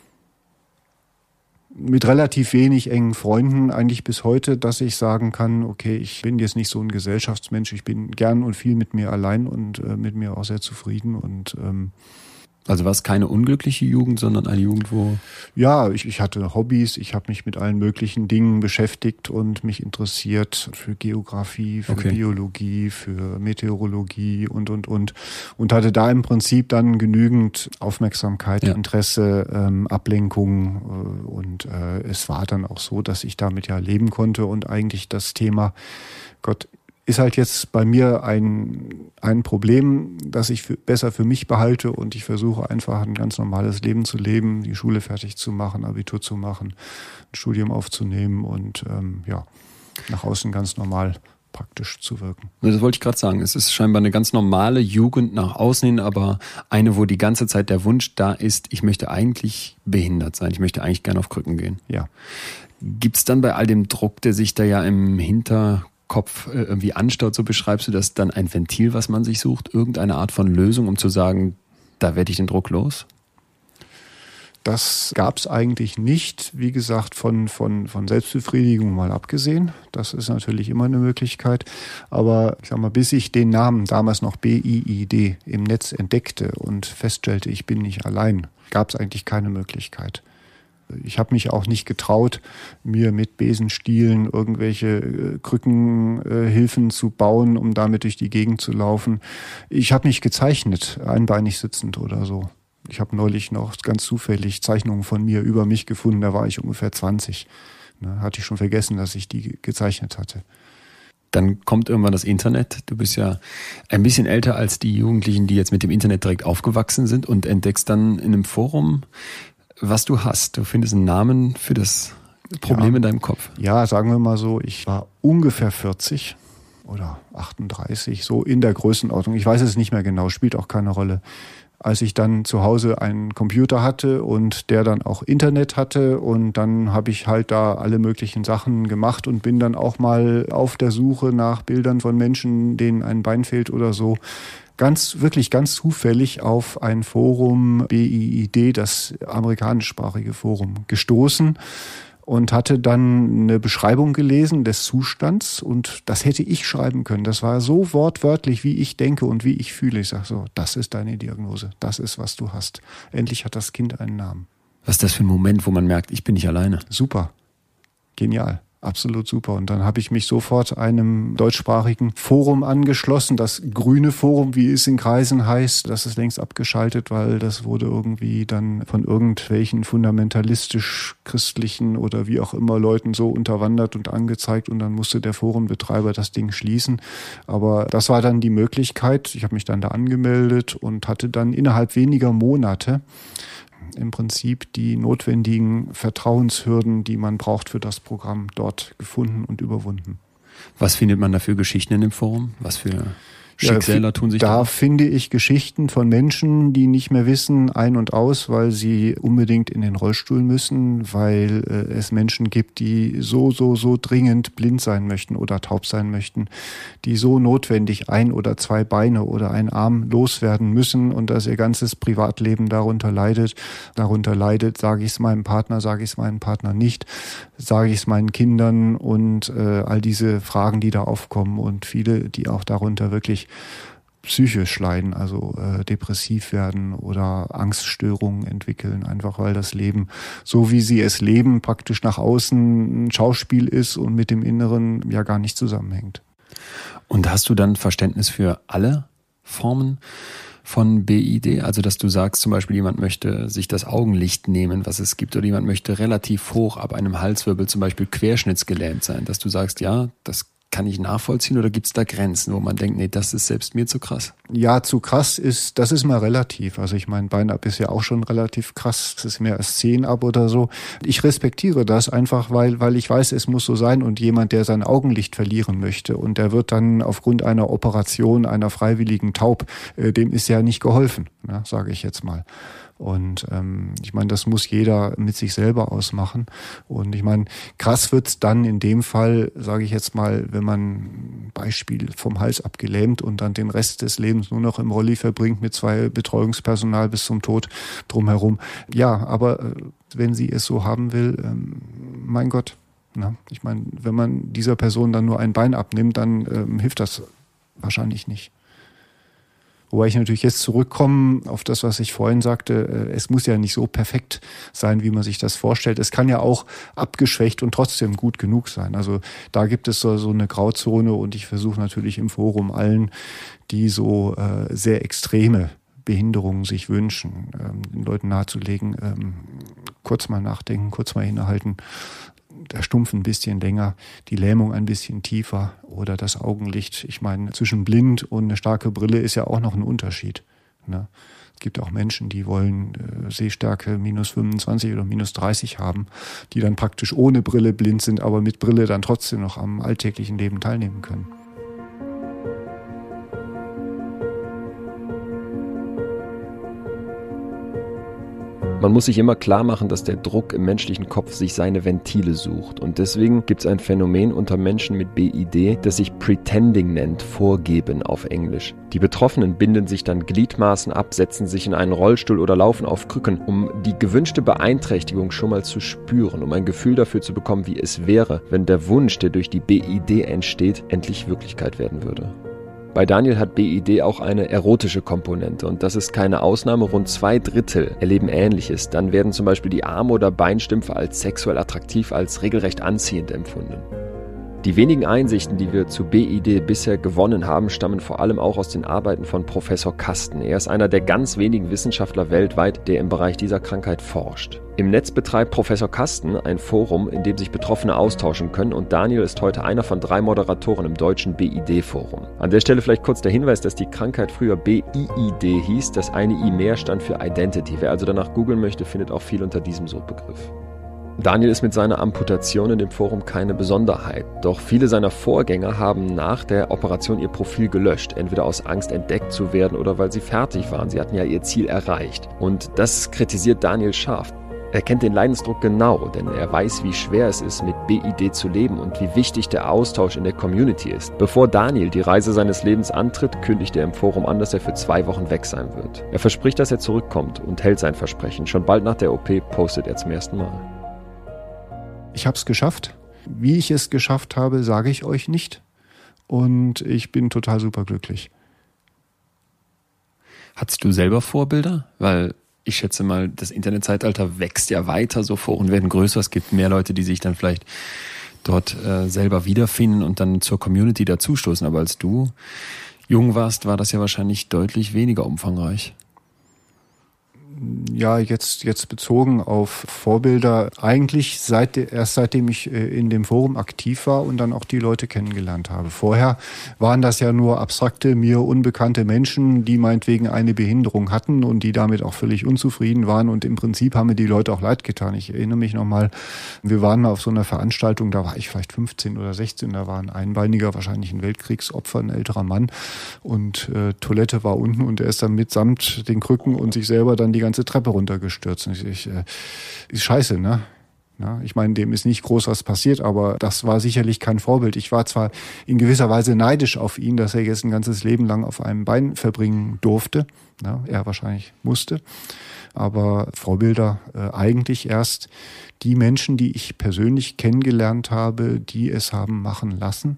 Mit relativ wenig engen Freunden eigentlich bis heute, dass ich sagen kann, okay, ich bin jetzt nicht so ein Gesellschaftsmensch, ich bin gern und viel mit mir allein und äh, mit mir auch sehr zufrieden und ähm, also war es keine unglückliche Jugend, sondern eine Jugend, wo... Ja, ich, ich hatte Hobbys, ich habe mich mit allen möglichen Dingen beschäftigt und mich interessiert für Geografie, für okay. Biologie, für Meteorologie und, und, und. Und hatte da im Prinzip dann genügend Aufmerksamkeit, ja. Interesse, ähm, Ablenkung. Äh, und äh, es war dann auch so, dass ich damit ja leben konnte und eigentlich das Thema, Gott, ist halt jetzt bei mir ein, ein Problem, das ich für, besser für mich behalte und ich versuche einfach ein ganz normales Leben zu leben, die Schule fertig zu machen, Abitur zu machen, ein Studium aufzunehmen und ähm, ja, nach außen ganz normal praktisch zu wirken. Das wollte ich gerade sagen. Es ist scheinbar eine ganz normale Jugend nach außen hin, aber eine, wo die ganze Zeit der Wunsch da ist, ich möchte eigentlich behindert sein, ich möchte eigentlich gerne auf Krücken gehen. Ja. Gibt es dann bei all dem Druck, der sich da ja im Hintergrund Kopf irgendwie anstaut, so beschreibst du das, dann ein Ventil, was man sich sucht, irgendeine Art von Lösung, um zu sagen, da werde ich den Druck los? Das gab es eigentlich nicht, wie gesagt, von, von, von Selbstbefriedigung mal abgesehen. Das ist natürlich immer eine Möglichkeit. Aber ich sag mal, bis ich den Namen damals noch B I I D im Netz entdeckte und feststellte, ich bin nicht allein, gab es eigentlich keine Möglichkeit. Ich habe mich auch nicht getraut, mir mit Besenstielen irgendwelche Krückenhilfen zu bauen, um damit durch die Gegend zu laufen. Ich habe mich gezeichnet, einbeinig sitzend oder so. Ich habe neulich noch ganz zufällig Zeichnungen von mir über mich gefunden, da war ich ungefähr zwanzig. Ne, hatte ich schon vergessen, dass ich die gezeichnet hatte. Dann kommt irgendwann das Internet. Du bist ja ein bisschen älter als die Jugendlichen, die jetzt mit dem Internet direkt aufgewachsen sind und entdeckst dann in einem Forum, was du hast. Du findest einen Namen für das Problem ja, in deinem Kopf. Ja, sagen wir mal so, ich war ungefähr vierzig oder achtunddreißig, so in der Größenordnung. Ich weiß es nicht mehr genau, spielt auch keine Rolle. Als ich dann zu Hause einen Computer hatte und der dann auch Internet hatte und dann habe ich halt da alle möglichen Sachen gemacht und bin dann auch mal auf der Suche nach Bildern von Menschen, denen ein Bein fehlt oder so, ganz, wirklich ganz zufällig auf ein Forum B I I D, das amerikanischsprachige Forum, gestoßen. Und hatte dann eine Beschreibung gelesen des Zustands und das hätte ich schreiben können. Das war so wortwörtlich, wie ich denke und wie ich fühle. Ich sage so, das ist deine Diagnose, das ist, was du hast. Endlich hat das Kind einen Namen. Was ist das für ein Moment, wo man merkt, ich bin nicht alleine? Super, genial. Absolut super. Und dann habe ich mich sofort einem deutschsprachigen Forum angeschlossen, das Grüne Forum, wie es in Kreisen heißt. Das ist längst abgeschaltet, weil das wurde irgendwie dann von irgendwelchen fundamentalistisch-christlichen oder wie auch immer Leuten so unterwandert und angezeigt und dann musste der Forenbetreiber das Ding schließen. Aber das war dann die Möglichkeit. Ich habe mich dann da angemeldet und hatte dann innerhalb weniger Monate im Prinzip die notwendigen Vertrauenshürden, die man braucht für das Programm, dort gefunden und überwunden. Was findet man da für Geschichten in dem Forum? Was für Schicksale ja, tun sich da? Da finde ich Geschichten von Menschen, die nicht mehr wissen, ein und aus, weil sie unbedingt in den Rollstuhl müssen, weil äh, es Menschen gibt, die so, so, so dringend blind sein möchten oder taub sein möchten, die so notwendig ein oder zwei Beine oder ein Arm loswerden müssen und dass ihr ganzes Privatleben darunter leidet. Darunter leidet, sage ich es meinem Partner, sage ich es meinem Partner nicht, sage ich es meinen Kindern und äh, all diese Fragen, die da aufkommen und viele, die auch darunter wirklich psychisch leiden, also äh, depressiv werden oder Angststörungen entwickeln, einfach weil das Leben, so wie sie es leben, praktisch nach außen ein Schauspiel ist und mit dem Inneren ja gar nicht zusammenhängt. Und hast du dann Verständnis für alle Formen von B I D? Also dass du sagst, zum Beispiel jemand möchte sich das Augenlicht nehmen, was es gibt, oder jemand möchte relativ hoch ab einem Halswirbel zum Beispiel querschnittsgelähmt sein, dass du sagst, ja, das kann ich nachvollziehen, oder gibt es da Grenzen, wo man denkt, nee, das ist selbst mir zu krass? Ja, zu krass ist, das ist mal relativ. Also ich meine, Bein ab ist ja auch schon relativ krass. Das ist mehr als Zehen ab oder so. Ich respektiere das einfach, weil, weil ich weiß, es muss so sein. Und jemand, der sein Augenlicht verlieren möchte und der wird dann aufgrund einer Operation, einer freiwilligen taub, äh, dem ist ja nicht geholfen, ne, sage ich jetzt mal. Und ähm, ich meine, das muss jeder mit sich selber ausmachen. Und ich meine, krass wird's dann in dem Fall, sage ich jetzt mal, wenn man Beispiel vom Hals abgelähmt und dann den Rest des Lebens nur noch im Rolli verbringt mit zwei Betreuungspersonal bis zum Tod drumherum. Ja, aber äh, wenn sie es so haben will, ähm, mein Gott. Na, ich meine, wenn man dieser Person dann nur ein Bein abnimmt, dann ähm, hilft das wahrscheinlich nicht. Wobei ich natürlich jetzt zurückkomme auf das, was ich vorhin sagte, es muss ja nicht so perfekt sein, wie man sich das vorstellt. Es kann ja auch abgeschwächt und trotzdem gut genug sein. Also da gibt es so, so eine Grauzone und ich versuche natürlich im Forum allen, die so äh, sehr extreme Behinderungen sich wünschen, ähm, den Leuten nahezulegen, ähm, kurz mal nachdenken, kurz mal innehalten, der Stumpf ein bisschen länger, die Lähmung ein bisschen tiefer oder das Augenlicht. Ich meine, zwischen blind und eine starke Brille ist ja auch noch ein Unterschied. Ne? Es gibt auch Menschen, die wollen äh, Sehstärke minus fünfundzwanzig oder minus dreißig haben, die dann praktisch ohne Brille blind sind, aber mit Brille dann trotzdem noch am alltäglichen Leben teilnehmen können. Man muss sich immer klar machen, dass der Druck im menschlichen Kopf sich seine Ventile sucht. Und deswegen gibt es ein Phänomen unter Menschen mit B I D, das sich Pretending nennt, Vorgeben auf Englisch. Die Betroffenen binden sich dann Gliedmaßen ab, setzen sich in einen Rollstuhl oder laufen auf Krücken, um die gewünschte Beeinträchtigung schon mal zu spüren, um ein Gefühl dafür zu bekommen, wie es wäre, wenn der Wunsch, der durch die B I D entsteht, endlich Wirklichkeit werden würde. Bei Daniel hat B I D auch eine erotische Komponente und das ist keine Ausnahme. Rund zwei Drittel erleben Ähnliches. Dann werden zum Beispiel die Arme oder Beinstümpfe als sexuell attraktiv, als regelrecht anziehend empfunden. Die wenigen Einsichten, die wir zu B I D bisher gewonnen haben, stammen vor allem auch aus den Arbeiten von Professor Kasten. Er ist einer der ganz wenigen Wissenschaftler weltweit, der im Bereich dieser Krankheit forscht. Im Netz betreibt Professor Kasten ein Forum, in dem sich Betroffene austauschen können und Daniel ist heute einer von drei Moderatoren im deutschen B I D-Forum. An der Stelle vielleicht kurz der Hinweis, dass die Krankheit früher B I I D hieß, das eine I mehr stand für Identity. Wer also danach googeln möchte, findet auch viel unter diesem Suchbegriff. Daniel ist mit seiner Amputation in dem Forum keine Besonderheit, doch viele seiner Vorgänger haben nach der Operation ihr Profil gelöscht, entweder aus Angst entdeckt zu werden oder weil sie fertig waren. Sie hatten ja ihr Ziel erreicht. Und das kritisiert Daniel scharf. Er kennt den Leidensdruck genau, denn er weiß, wie schwer es ist, mit B I D zu leben und wie wichtig der Austausch in der Community ist. Bevor Daniel die Reise seines Lebens antritt, kündigt er im Forum an, dass er für zwei Wochen weg sein wird. Er verspricht, dass er zurückkommt und hält sein Versprechen. Schon bald nach der O P postet er zum ersten Mal. Ich habe es geschafft. Wie ich es geschafft habe, sage ich euch nicht. Und ich bin total superglücklich. Hattest du selber Vorbilder? Weil ich schätze mal, das Internetzeitalter wächst ja weiter, so Foren werden größer. Es gibt mehr Leute, die sich dann vielleicht dort äh, selber wiederfinden und dann zur Community dazustoßen. Aber als du jung warst, war das ja wahrscheinlich deutlich weniger umfangreich. Ja, jetzt, jetzt bezogen auf Vorbilder, eigentlich seit, erst seitdem ich in dem Forum aktiv war und dann auch die Leute kennengelernt habe. Vorher waren das ja nur abstrakte, mir unbekannte Menschen, die meinetwegen eine Behinderung hatten und die damit auch völlig unzufrieden waren und im Prinzip haben mir die Leute auch leid getan. Ich erinnere mich nochmal, wir waren mal auf so einer Veranstaltung, da war ich vielleicht fünfzehn oder sechzehn, da war ein Einbeiniger, wahrscheinlich ein Weltkriegsopfer, ein älterer Mann und äh, Toilette war unten und er ist dann mitsamt den Krücken und sich selber dann die ganze Treppe runtergestürzt. Ich, ich, äh, ist scheiße, ne? Ja, ich meine, dem ist nicht groß was passiert, aber das war sicherlich kein Vorbild. Ich war zwar in gewisser Weise neidisch auf ihn, dass er jetzt ein ganzes Leben lang auf einem Bein verbringen durfte. Ja, er wahrscheinlich musste. Aber Vorbilder äh, eigentlich erst die Menschen, die ich persönlich kennengelernt habe, die es haben machen lassen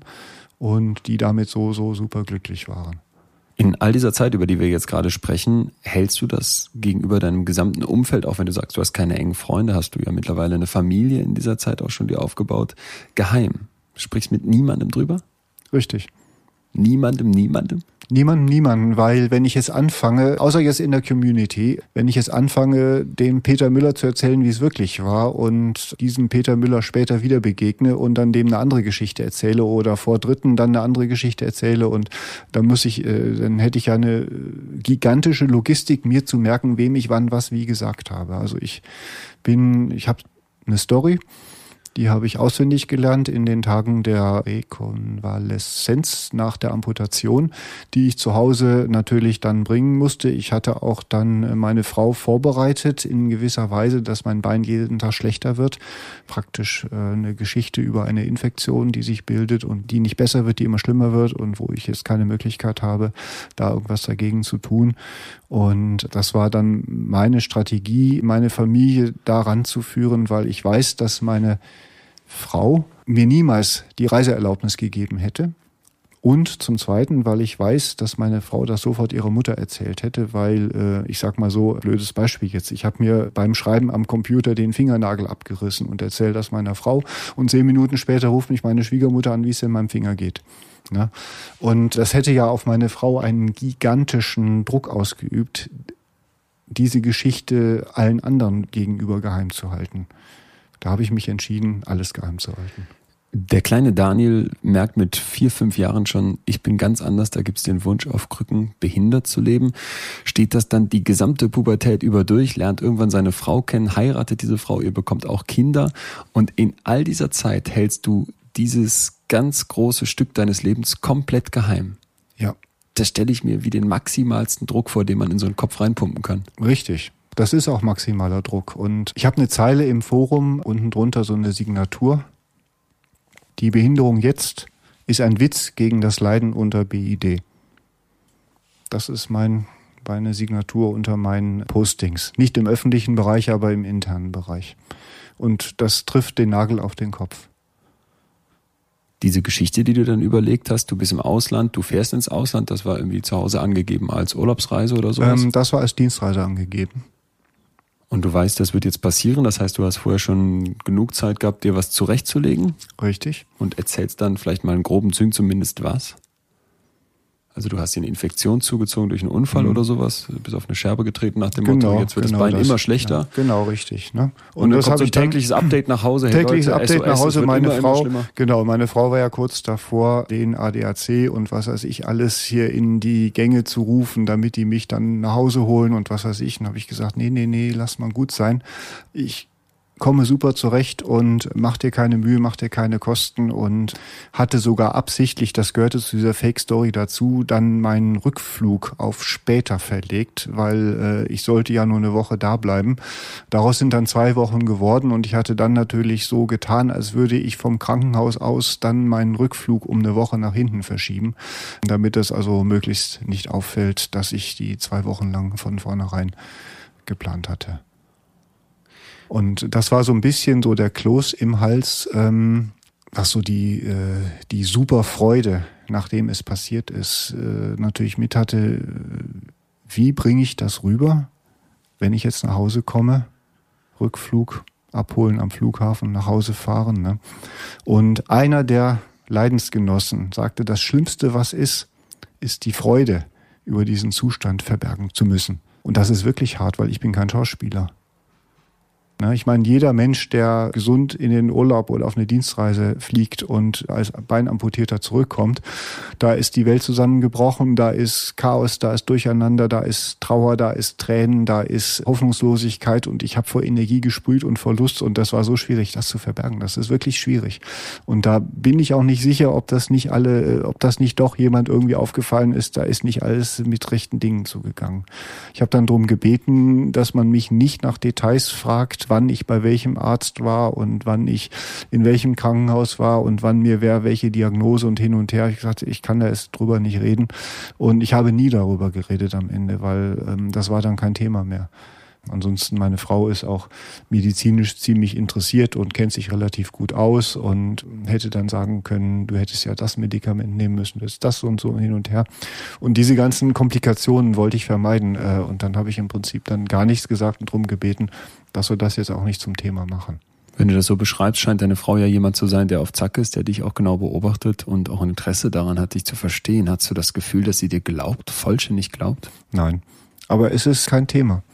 und die damit so, so super glücklich waren. In all dieser Zeit, über die wir jetzt gerade sprechen, hältst du das gegenüber deinem gesamten Umfeld, auch wenn du sagst, du hast keine engen Freunde, hast du ja mittlerweile eine Familie in dieser Zeit auch schon dir aufgebaut, geheim? Sprichst mit niemandem drüber? Richtig. Niemandem, niemandem? Niemandem, niemanden, weil wenn ich jetzt anfange, außer jetzt in der Community, wenn ich jetzt anfange, dem Peter Müller zu erzählen, wie es wirklich war und diesem Peter Müller später wieder begegne und dann dem eine andere Geschichte erzähle oder vor Dritten dann eine andere Geschichte erzähle und dann muss ich, dann hätte ich ja eine gigantische Logistik, mir zu merken, wem ich wann was wie gesagt habe. Also ich bin, ich habe eine Story. Die habe ich auswendig gelernt in den Tagen der Rekonvaleszenz nach der Amputation, die ich zu Hause natürlich dann bringen musste. Ich hatte auch dann meine Frau vorbereitet in gewisser Weise, dass mein Bein jeden Tag schlechter wird. Praktisch eine Geschichte über eine Infektion, die sich bildet und die nicht besser wird, die immer schlimmer wird und wo ich jetzt keine Möglichkeit habe, da irgendwas dagegen zu tun. Und das war dann meine Strategie, meine Familie daran zu führen, weil ich weiß, dass meine Frau mir niemals die Reiseerlaubnis gegeben hätte. Und zum Zweiten, weil ich weiß, dass meine Frau das sofort ihrer Mutter erzählt hätte, weil, äh, ich sag mal so, blödes Beispiel jetzt, ich habe mir beim Schreiben am Computer den Fingernagel abgerissen und erzähle das meiner Frau und zehn Minuten später ruft mich meine Schwiegermutter an, wie es in meinem Finger geht. Ja? Und das hätte ja auf meine Frau einen gigantischen Druck ausgeübt, diese Geschichte allen anderen gegenüber geheim zu halten. Da habe ich mich entschieden, alles geheim zu halten. Der kleine Daniel merkt mit vier, fünf Jahren schon, ich bin ganz anders, da gibt es den Wunsch auf Krücken, behindert zu leben. Steht das dann die gesamte Pubertät über durch, lernt irgendwann seine Frau kennen, heiratet diese Frau, ihr bekommt auch Kinder. Und in all dieser Zeit hältst du dieses ganz große Stück deines Lebens komplett geheim. Ja. Das stelle ich mir wie den maximalsten Druck vor, den man in so einen Kopf reinpumpen kann. Richtig. Das ist auch maximaler Druck. Und ich habe eine Zeile im Forum, unten drunter so eine Signatur. Die Behinderung jetzt ist ein Witz gegen das Leiden unter B I D. Das ist mein, meine Signatur unter meinen Postings. Nicht im öffentlichen Bereich, aber im internen Bereich. Und das trifft den Nagel auf den Kopf. Diese Geschichte, die du dann überlegt hast, du bist im Ausland, du fährst ins Ausland, das war irgendwie zu Hause angegeben als Urlaubsreise oder sowas? Ähm, das war als Dienstreise angegeben. Und du weißt, das wird jetzt passieren, das heißt, du hast vorher schon genug Zeit gehabt, dir was zurechtzulegen? Richtig. Und erzählst dann vielleicht mal in groben Zügen zumindest was? Also du hast dir eine Infektion zugezogen durch einen Unfall mhm. oder sowas, bist auf eine Scherbe getreten nach dem genau, Motto, jetzt wird genau das Bein das. immer schlechter. Ja, genau, richtig. Ne? Und, und dann das kommt so ein tägliches Update nach Hause. Hey, tägliches Leute, Update S O S, nach Hause. Meine immer, Frau, immer genau, meine Frau war ja kurz davor, den A D A C und was weiß ich alles hier in die Gänge zu rufen, damit die mich dann nach Hause holen und was weiß ich. Und habe ich gesagt, nee, nee, nee, lass mal gut sein. Ich komme super zurecht und mach dir keine Mühe, mach dir keine Kosten und hatte sogar absichtlich, das gehörte zu dieser Fake-Story dazu, dann meinen Rückflug auf später verlegt, weil äh, ich sollte ja nur eine Woche da bleiben. Daraus sind dann zwei Wochen geworden und ich hatte dann natürlich so getan, als würde ich vom Krankenhaus aus dann meinen Rückflug um eine Woche nach hinten verschieben, damit es also möglichst nicht auffällt, dass ich die zwei Wochen lang von vornherein geplant hatte. Und das war so ein bisschen so der Kloß im Hals, ähm, was so die äh, die super Freude, nachdem es passiert ist, äh, natürlich mit hatte. Wie bringe ich das rüber, wenn ich jetzt nach Hause komme? Rückflug, abholen am Flughafen, nach Hause fahren. Ne? Und einer der Leidensgenossen sagte, das Schlimmste, was ist, ist die Freude, über diesen Zustand verbergen zu müssen. Und das ist wirklich hart, weil ich bin kein Schauspieler. Ich meine, jeder Mensch, der gesund in den Urlaub oder auf eine Dienstreise fliegt und als Beinamputierter zurückkommt, da ist die Welt zusammengebrochen, da ist Chaos, da ist Durcheinander, da ist Trauer, da ist Tränen, da ist Hoffnungslosigkeit und ich habe vor Energie gesprüht und vor Lust und das war so schwierig, das zu verbergen. Das ist wirklich schwierig. Und da bin ich auch nicht sicher, ob das nicht alle, ob das nicht doch jemand irgendwie aufgefallen ist, da ist nicht alles mit rechten Dingen zugegangen. Ich habe dann darum gebeten, dass man mich nicht nach Details fragt, wann ich bei welchem Arzt war und wann ich in welchem Krankenhaus war und wann mir wer welche Diagnose und hin und her. Ich sagte, ich kann da jetzt drüber nicht reden. Und ich habe nie darüber geredet am Ende, weil ähm, das war dann kein Thema mehr. Ansonsten, meine Frau ist auch medizinisch ziemlich interessiert und kennt sich relativ gut aus und hätte dann sagen können, du hättest ja das Medikament nehmen müssen, du hättest das und so hin und her. Und diese ganzen Komplikationen wollte ich vermeiden. Und dann habe ich im Prinzip dann gar nichts gesagt und darum gebeten, dass wir das jetzt auch nicht zum Thema machen. Wenn du das so beschreibst, scheint deine Frau ja jemand zu sein, der auf Zack ist, der dich auch genau beobachtet und auch ein Interesse daran hat, dich zu verstehen. Hast du das Gefühl, dass sie dir glaubt, vollständig glaubt? Nein, aber es ist kein Thema.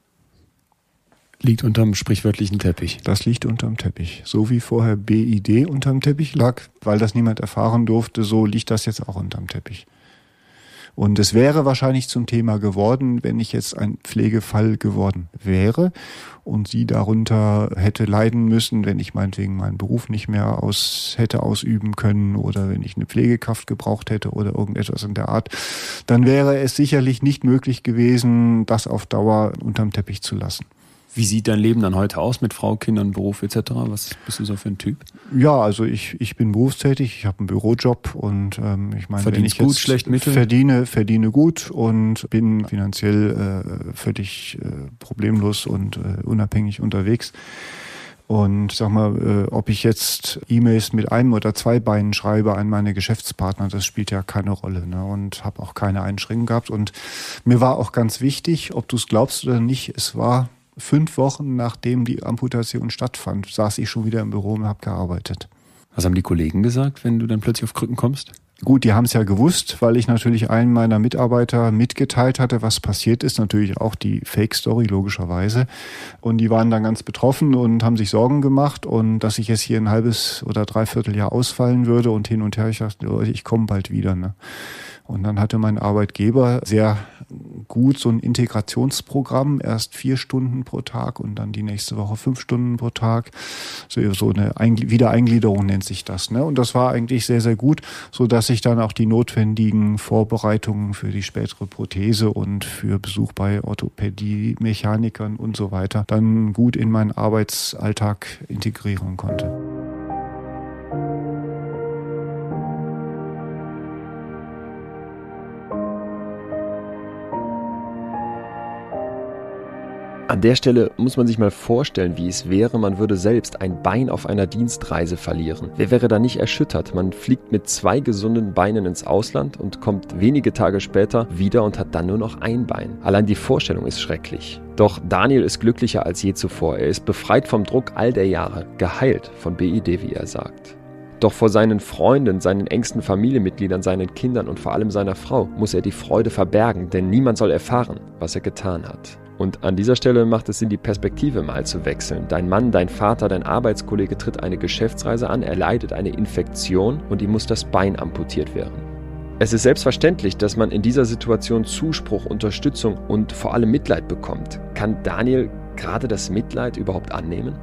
Liegt unterm sprichwörtlichen Teppich. Das liegt unterm Teppich. So wie vorher B I D unterm Teppich lag, weil das niemand erfahren durfte, so liegt das jetzt auch unterm Teppich. Und es wäre wahrscheinlich zum Thema geworden, wenn ich jetzt ein Pflegefall geworden wäre und sie darunter hätte leiden müssen, wenn ich meinetwegen meinen Beruf nicht mehr aus hätte ausüben können oder wenn ich eine Pflegekraft gebraucht hätte oder irgendetwas in der Art, dann wäre es sicherlich nicht möglich gewesen, das auf Dauer unterm Teppich zu lassen. Wie sieht dein Leben dann heute aus mit Frau, Kindern, Beruf et cetera? Was bist du so für ein Typ? Ja, also ich ich bin berufstätig, ich habe einen Bürojob und ähm, ich meine, wenn ich gut, jetzt schlecht, mittel? verdiene, verdiene gut und bin finanziell äh, völlig äh, problemlos und äh, unabhängig unterwegs. Und sag mal, äh, ob ich jetzt E-Mails mit einem oder zwei Beinen schreibe an meine Geschäftspartner, das spielt ja keine Rolle, ne? Und habe auch keine Einschränkungen gehabt. Und mir war auch ganz wichtig, ob du es glaubst oder nicht, es war fünf Wochen nachdem die Amputation stattfand, saß ich schon wieder im Büro und habe gearbeitet. Was haben die Kollegen gesagt, wenn du dann plötzlich auf Krücken kommst? Gut, die haben es ja gewusst, weil ich natürlich einen meiner Mitarbeiter mitgeteilt hatte, was passiert ist. Natürlich auch die Fake-Story, logischerweise. Und die waren dann ganz betroffen und haben sich Sorgen gemacht. Und dass ich jetzt hier ein halbes oder dreiviertel Jahr ausfallen würde und hin und her. Ich dachte, Leute, ich komme bald wieder. Ne? Und dann hatte mein Arbeitgeber sehr gut so ein Integrationsprogramm, erst vier Stunden pro Tag und dann die nächste Woche fünf Stunden pro Tag. So, so eine Wiedereingliederung nennt sich das, ne? Und das war eigentlich sehr, sehr gut, so dass ich dann auch die notwendigen Vorbereitungen für die spätere Prothese und für Besuch bei Orthopädie, Mechanikern und so weiter dann gut in meinen Arbeitsalltag integrieren konnte. An der Stelle muss man sich mal vorstellen, wie es wäre, man würde selbst ein Bein auf einer Dienstreise verlieren. Wer wäre da nicht erschüttert? Man fliegt mit zwei gesunden Beinen ins Ausland und kommt wenige Tage später wieder und hat dann nur noch ein Bein. Allein die Vorstellung ist schrecklich. Doch Daniel ist glücklicher als je zuvor. Er ist befreit vom Druck all der Jahre, geheilt von B I D, wie er sagt. Doch vor seinen Freunden, seinen engsten Familienmitgliedern, seinen Kindern und vor allem seiner Frau muss er die Freude verbergen, denn niemand soll erfahren, was er getan hat. Und an dieser Stelle macht es Sinn, die Perspektive mal zu wechseln. Dein Mann, dein Vater, dein Arbeitskollege tritt eine Geschäftsreise an, er leidet eine Infektion und ihm muss das Bein amputiert werden. Es ist selbstverständlich, dass man in dieser Situation Zuspruch, Unterstützung und vor allem Mitleid bekommt. Kann Daniel gerade das Mitleid überhaupt annehmen?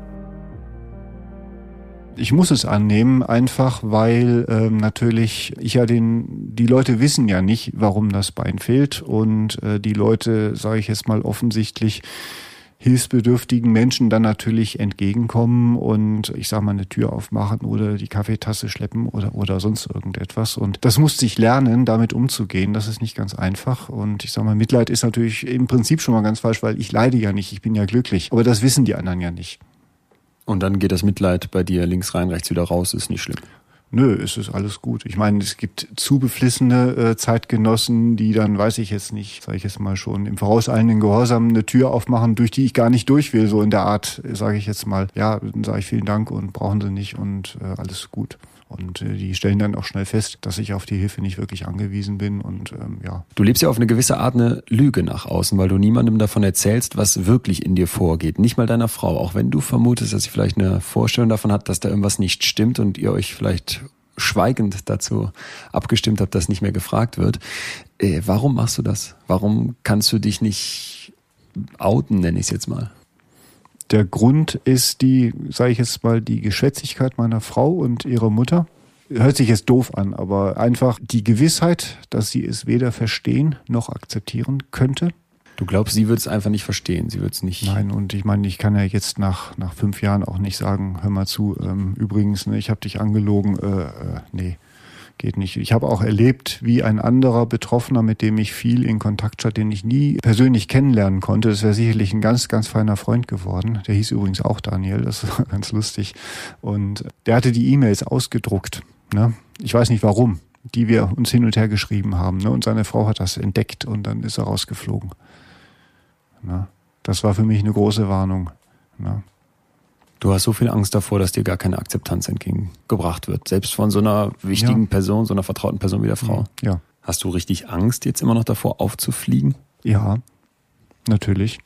Ich muss es annehmen, einfach weil ähm, natürlich ich ja den, die Leute wissen ja nicht, warum das Bein fehlt und äh, die Leute, sage ich jetzt mal offensichtlich, hilfsbedürftigen Menschen dann natürlich entgegenkommen und ich sag mal eine Tür aufmachen oder die Kaffeetasse schleppen oder oder sonst irgendetwas. Und das musste ich lernen, damit umzugehen. Das ist nicht ganz einfach. Und ich sag mal, Mitleid ist natürlich im Prinzip schon mal ganz falsch, weil ich leide ja nicht, ich bin ja glücklich. Aber das wissen die anderen ja nicht. Und dann geht das Mitleid bei dir links rein, rechts wieder raus, ist nicht schlimm. Nö, es ist alles gut. Ich meine, es gibt zu beflissene äh, Zeitgenossen, die dann, weiß ich jetzt nicht, sage ich jetzt mal schon, im vorauseilenden Gehorsam eine Tür aufmachen, durch die ich gar nicht durch will, so in der Art, sage ich jetzt mal. Ja, dann sage ich vielen Dank und brauchen sie nicht und äh, alles gut. Und äh, die stellen dann auch schnell fest, dass ich auf die Hilfe nicht wirklich angewiesen bin und ähm, ja. Du lebst ja auf eine gewisse Art eine Lüge nach außen, weil du niemandem davon erzählst, was wirklich in dir vorgeht. Nicht mal deiner Frau, auch wenn du vermutest, dass sie vielleicht eine Vorstellung davon hat, dass da irgendwas nicht stimmt und ihr euch vielleicht schweigend dazu abgestimmt habt, dass nicht mehr gefragt wird. Äh, warum machst du das? Warum kannst du dich nicht outen, nenne ich es jetzt mal? Der Grund ist die, sage ich jetzt mal, die Geschwätzigkeit meiner Frau und ihrer Mutter. Hört sich jetzt doof an, aber einfach die Gewissheit, dass sie es weder verstehen noch akzeptieren könnte. Du glaubst, sie wird es einfach nicht verstehen, sie wird es nicht... Nein, und ich meine, ich kann ja jetzt nach nach fünf Jahren auch nicht sagen, hör mal zu, ähm, übrigens, ne, ich habe dich angelogen, äh, äh, nee. Geht nicht. Ich habe auch erlebt, wie ein anderer Betroffener, mit dem ich viel in Kontakt stand, den ich nie persönlich kennenlernen konnte. Das wäre sicherlich ein ganz, ganz feiner Freund geworden. Der hieß übrigens auch Daniel, das war ganz lustig. Und der hatte die E-Mails ausgedruckt. Ne? Ich weiß nicht warum, die wir uns hin und her geschrieben haben. Ne? Und seine Frau hat das entdeckt und dann ist er rausgeflogen. Ne? Das war für mich eine große Warnung. Ne? Du hast so viel Angst davor, dass dir gar keine Akzeptanz entgegengebracht wird. Selbst von so einer wichtigen ja. Person, so einer vertrauten Person wie der Frau. Ja. Hast du richtig Angst, jetzt immer noch davor aufzufliegen? Ja, natürlich.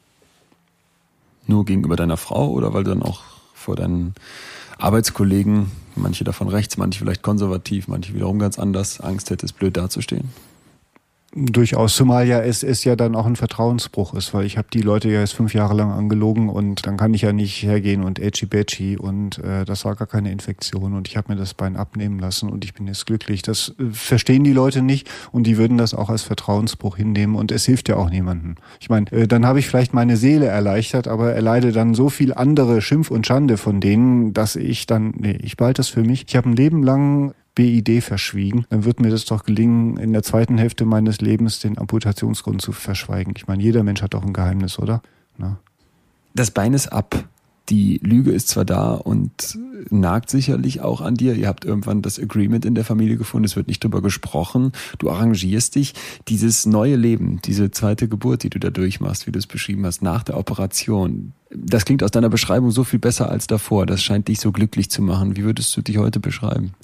Nur gegenüber deiner Frau oder weil du dann auch vor deinen Arbeitskollegen, manche davon rechts, manche vielleicht konservativ, manche wiederum ganz anders, Angst hättest, blöd dazustehen? Durchaus, zumal ja es, es ja dann auch ein Vertrauensbruch ist, weil ich habe die Leute ja jetzt fünf Jahre lang angelogen und dann kann ich ja nicht hergehen und ätschi bätschi und äh, das war gar keine Infektion und ich habe mir das Bein abnehmen lassen und ich bin jetzt glücklich. Das äh, verstehen die Leute nicht und die würden das auch als Vertrauensbruch hinnehmen und es hilft ja auch niemandem. Ich meine, äh, dann habe ich vielleicht meine Seele erleichtert, aber erleide dann so viel andere Schimpf und Schande von denen, dass ich dann, nee, ich behalte das für mich. Ich habe ein Leben lang B I D verschwiegen, dann wird mir das doch gelingen, in der zweiten Hälfte meines Lebens den Amputationsgrund zu verschweigen. Ich meine, jeder Mensch hat doch ein Geheimnis, oder? Na? Das Bein ist ab. Die Lüge ist zwar da und nagt sicherlich auch an dir. Ihr habt irgendwann das Agreement in der Familie gefunden, es wird nicht drüber gesprochen. Du arrangierst dich. Dieses neue Leben, diese zweite Geburt, die du da durchmachst, wie du es beschrieben hast, nach der Operation, das klingt aus deiner Beschreibung so viel besser als davor. Das scheint dich so glücklich zu machen. Wie würdest du dich heute beschreiben?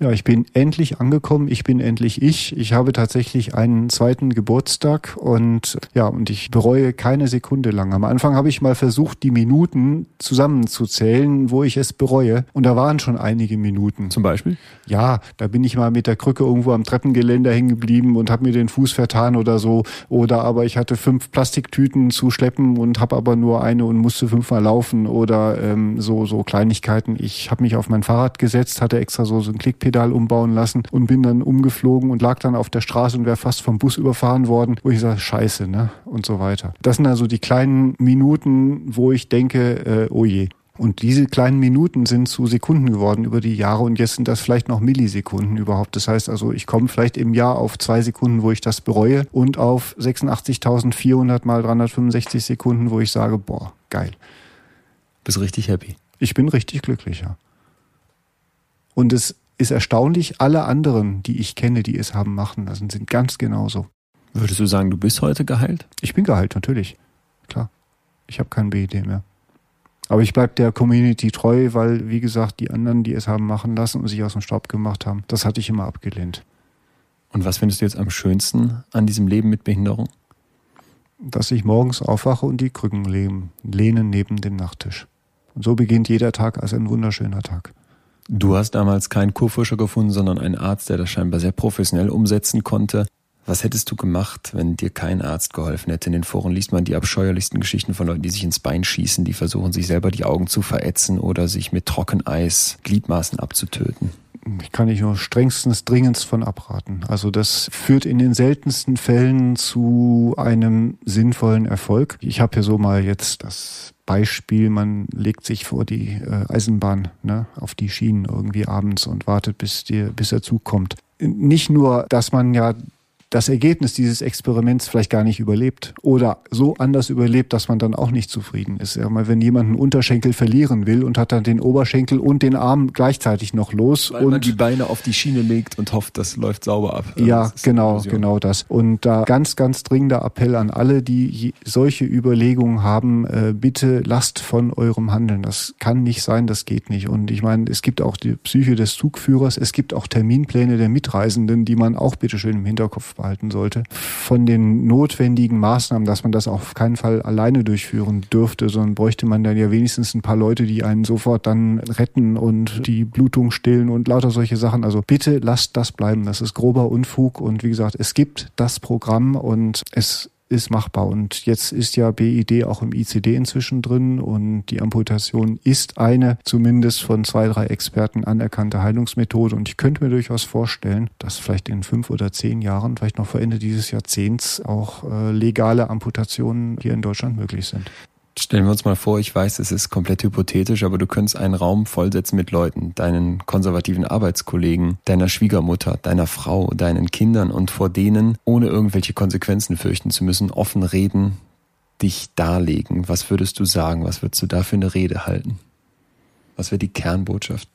Ja, ich bin endlich angekommen, ich bin endlich ich. Ich habe tatsächlich einen zweiten Geburtstag und ja, und ich bereue keine Sekunde lang. Am Anfang habe ich mal versucht, die Minuten zusammenzuzählen, wo ich es bereue. Und da waren schon einige Minuten. Zum Beispiel? Ja, da bin ich mal mit der Krücke irgendwo am Treppengeländer hängen geblieben und habe mir den Fuß vertan oder so. Oder aber ich hatte fünf Plastiktüten zu schleppen und habe aber nur eine und musste fünfmal laufen. Oder ähm, so, so Kleinigkeiten. Ich habe mich auf mein Fahrrad gesetzt, hatte extra so, so ein Klickpedal umbauen lassen und bin dann umgeflogen und lag dann auf der Straße und wäre fast vom Bus überfahren worden, wo ich sage, scheiße, ne? Und so weiter. Das sind also die kleinen Minuten, wo ich denke, äh, oh je. Und diese kleinen Minuten sind zu Sekunden geworden über die Jahre und jetzt sind das vielleicht noch Millisekunden überhaupt. Das heißt also, ich komme vielleicht im Jahr auf zwei Sekunden, wo ich das bereue und auf sechsundachtzigtausendvierhundert mal dreihundertfünfundsechzig Sekunden, wo ich sage, boah, geil. Bist richtig happy. Ich bin richtig glücklich, ja. Und es ist erstaunlich, alle anderen, die ich kenne, die es haben machen lassen, sind ganz genauso. Würdest du sagen, du bist heute geheilt? Ich bin geheilt, natürlich. Klar. Ich habe kein B I D mehr. Aber ich bleibe der Community treu, weil, wie gesagt, die anderen, die es haben machen lassen und sich aus dem Staub gemacht haben, das hatte ich immer abgelehnt. Und was findest du jetzt am schönsten an diesem Leben mit Behinderung? Dass ich morgens aufwache und die Krücken lehnen, lehnen neben dem Nachttisch. Und so beginnt jeder Tag als ein wunderschöner Tag. Du hast damals keinen Kurfischer gefunden, sondern einen Arzt, der das scheinbar sehr professionell umsetzen konnte. Was hättest du gemacht, wenn dir kein Arzt geholfen hätte? In den Foren liest man die abscheuerlichsten Geschichten von Leuten, die sich ins Bein schießen, die versuchen, sich selber die Augen zu verätzen oder sich mit Trockeneis Gliedmaßen abzutöten. Ich kann nicht nur strengstens, dringendst von abraten. Also das führt in den seltensten Fällen zu einem sinnvollen Erfolg. Ich habe hier so mal jetzt das Beispiel, man legt sich vor die äh, Eisenbahn, ne, auf die Schienen irgendwie abends und wartet, bis, die, bis der Zug kommt. Nicht nur, dass man ja das Ergebnis dieses Experiments vielleicht gar nicht überlebt oder so anders überlebt, dass man dann auch nicht zufrieden ist. Ja, mal wenn jemand einen Unterschenkel verlieren will und hat dann den Oberschenkel und den Arm gleichzeitig noch los. Weil und man die Beine auf die Schiene legt und hofft, das läuft sauber ab. Ja, genau, genau das. Und da ganz, ganz dringender Appell an alle, die solche Überlegungen haben, äh, bitte lasst von eurem Handeln. Das kann nicht sein, das geht nicht. Und ich meine, es gibt auch die Psyche des Zugführers, es gibt auch Terminpläne der Mitreisenden, die man auch bitteschön im Hinterkopf behalten sollte. Von den notwendigen Maßnahmen, dass man das auf keinen Fall alleine durchführen dürfte, sondern bräuchte man dann ja wenigstens ein paar Leute, die einen sofort dann retten und die Blutung stillen und lauter solche Sachen. Also bitte lasst das bleiben. Das ist grober Unfug und wie gesagt, es gibt das Programm und es ist machbar. Und jetzt ist ja B I D auch im I C D inzwischen drin und die Amputation ist eine zumindest von zwei, drei Experten anerkannte Heilungsmethode. Und ich könnte mir durchaus vorstellen, dass vielleicht in fünf oder zehn Jahren, vielleicht noch vor Ende dieses Jahrzehnts, auch äh, legale Amputationen hier in Deutschland möglich sind. Stellen wir uns mal vor, ich weiß, es ist komplett hypothetisch, aber du könntest einen Raum vollsetzen mit Leuten, deinen konservativen Arbeitskollegen, deiner Schwiegermutter, deiner Frau, deinen Kindern und vor denen, ohne irgendwelche Konsequenzen fürchten zu müssen, offen reden, dich darlegen. Was würdest du sagen? Was würdest du da für eine Rede halten? Was wäre die Kernbotschaft?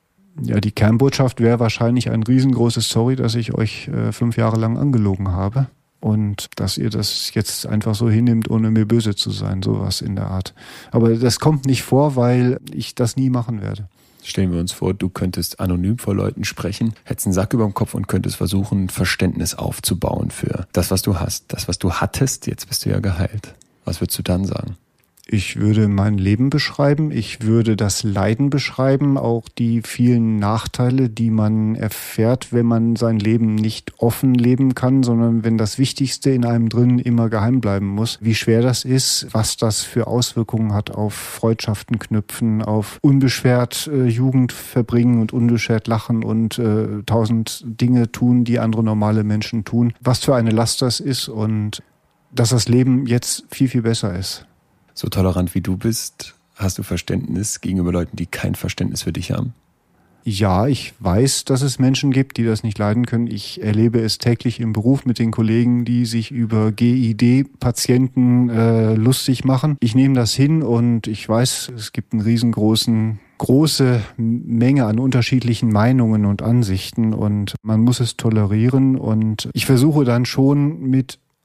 Ja, die Kernbotschaft wäre wahrscheinlich ein riesengroßes Sorry, dass ich euch äh, fünf Jahre lang angelogen habe. Und dass ihr das jetzt einfach so hinnimmt, ohne mir böse zu sein, sowas in der Art. Aber das kommt nicht vor, weil ich das nie machen werde. Stellen wir uns vor, du könntest anonym vor Leuten sprechen, hättest einen Sack über dem Kopf und könntest versuchen, Verständnis aufzubauen für das, was du hast. Das, was du hattest, jetzt bist du ja geheilt. Was würdest du dann sagen? Ich würde mein Leben beschreiben, ich würde das Leiden beschreiben, auch die vielen Nachteile, die man erfährt, wenn man sein Leben nicht offen leben kann, sondern wenn das Wichtigste in einem drin immer geheim bleiben muss. Wie schwer das ist, was das für Auswirkungen hat auf Freundschaften knüpfen, auf unbeschwert äh, Jugend verbringen und unbeschwert lachen und äh, tausend Dinge tun, die andere normale Menschen tun. Was für eine Last das ist und dass das Leben jetzt viel, viel besser ist. So tolerant wie du bist, hast du Verständnis gegenüber Leuten, die kein Verständnis für dich haben? Ja, ich weiß, dass es Menschen gibt, die das nicht leiden können. Ich erlebe es täglich im Beruf mit den Kollegen, die sich über G I D-Patienten äh, lustig machen. Ich nehme das hin und ich weiß, es gibt einen riesengroßen große Menge an unterschiedlichen Meinungen und Ansichten und man muss es tolerieren und ich versuche dann schon mit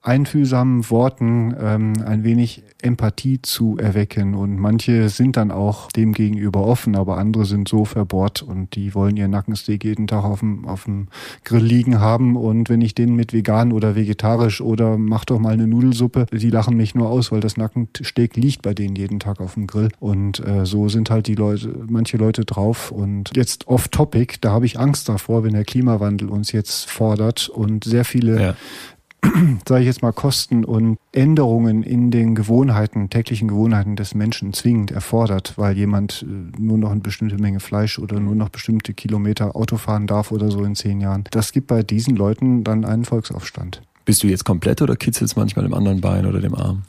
einfühlsamen Worten ähm, ein wenig Empathie zu erwecken. Und manche sind dann auch dem gegenüber offen, aber andere sind so verbohrt und die wollen ihr Nackensteak jeden Tag auf dem, auf dem Grill liegen haben. Und wenn ich den mit vegan oder vegetarisch oder mach doch mal eine Nudelsuppe, die lachen mich nur aus, weil das Nackensteak liegt bei denen jeden Tag auf dem Grill. Und äh, so sind halt die Leute, manche Leute drauf. Und jetzt off-topic, da habe ich Angst davor, wenn der Klimawandel uns jetzt fordert und sehr viele ja. sage ich jetzt mal, Kosten und Änderungen in den Gewohnheiten, täglichen Gewohnheiten des Menschen zwingend erfordert, weil jemand nur noch eine bestimmte Menge Fleisch oder nur noch bestimmte Kilometer Auto fahren darf oder so in zehn Jahren. Das gibt bei diesen Leuten dann einen Volksaufstand. Bist du jetzt komplett oder kitzelst manchmal im anderen Bein oder dem Arm?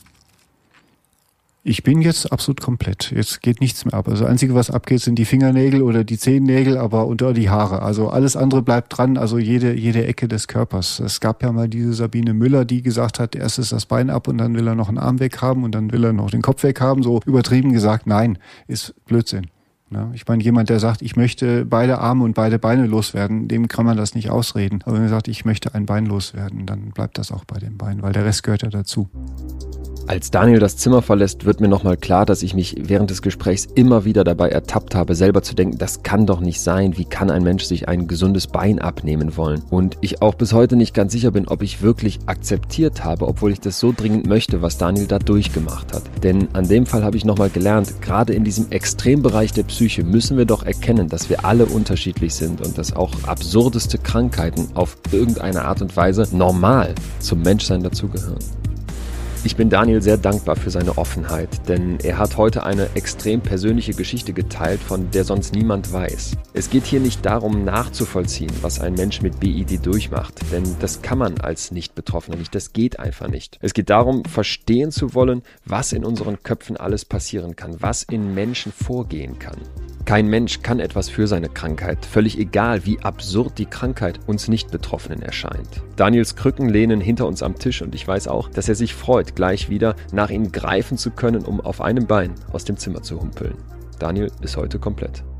Ich bin jetzt absolut komplett. Jetzt geht nichts mehr ab. Also das Einzige, was abgeht, sind die Fingernägel oder die Zehennägel, aber unter die Haare. Also alles andere bleibt dran, also jede jede Ecke des Körpers. Es gab ja mal diese Sabine Müller, die gesagt hat, erst ist das Bein ab und dann will er noch einen Arm weghaben und dann will er noch den Kopf weghaben. So übertrieben gesagt, nein, ist Blödsinn. Ja, ich meine, jemand, der sagt, ich möchte beide Arme und beide Beine loswerden, dem kann man das nicht ausreden. Aber wenn er sagt, ich möchte ein Bein loswerden, dann bleibt das auch bei dem Bein, weil der Rest gehört ja dazu. Als Daniel das Zimmer verlässt, wird mir nochmal klar, dass ich mich während des Gesprächs immer wieder dabei ertappt habe, selber zu denken, das kann doch nicht sein, wie kann ein Mensch sich ein gesundes Bein abnehmen wollen? Und ich auch bis heute nicht ganz sicher bin, ob ich wirklich akzeptiert habe, obwohl ich das so dringend möchte, was Daniel da durchgemacht hat. Denn an dem Fall habe ich nochmal gelernt, gerade in diesem Extrembereich der Psyche müssen wir doch erkennen, dass wir alle unterschiedlich sind und dass auch absurdeste Krankheiten auf irgendeine Art und Weise normal zum Menschsein dazugehören. Ich bin Daniel sehr dankbar für seine Offenheit, denn er hat heute eine extrem persönliche Geschichte geteilt, von der sonst niemand weiß. Es geht hier nicht darum, nachzuvollziehen, was ein Mensch mit B I D durchmacht, denn das kann man als Nicht-Betroffener nicht, das geht einfach nicht. Es geht darum, verstehen zu wollen, was in unseren Köpfen alles passieren kann, was in Menschen vorgehen kann. Kein Mensch kann etwas für seine Krankheit, völlig egal, wie absurd die Krankheit uns Nicht-Betroffenen erscheint. Daniels Krücken lehnen hinter uns am Tisch und ich weiß auch, dass er sich freut, gleich wieder nach ihnen greifen zu können, um auf einem Bein aus dem Zimmer zu humpeln. Daniel ist heute komplett.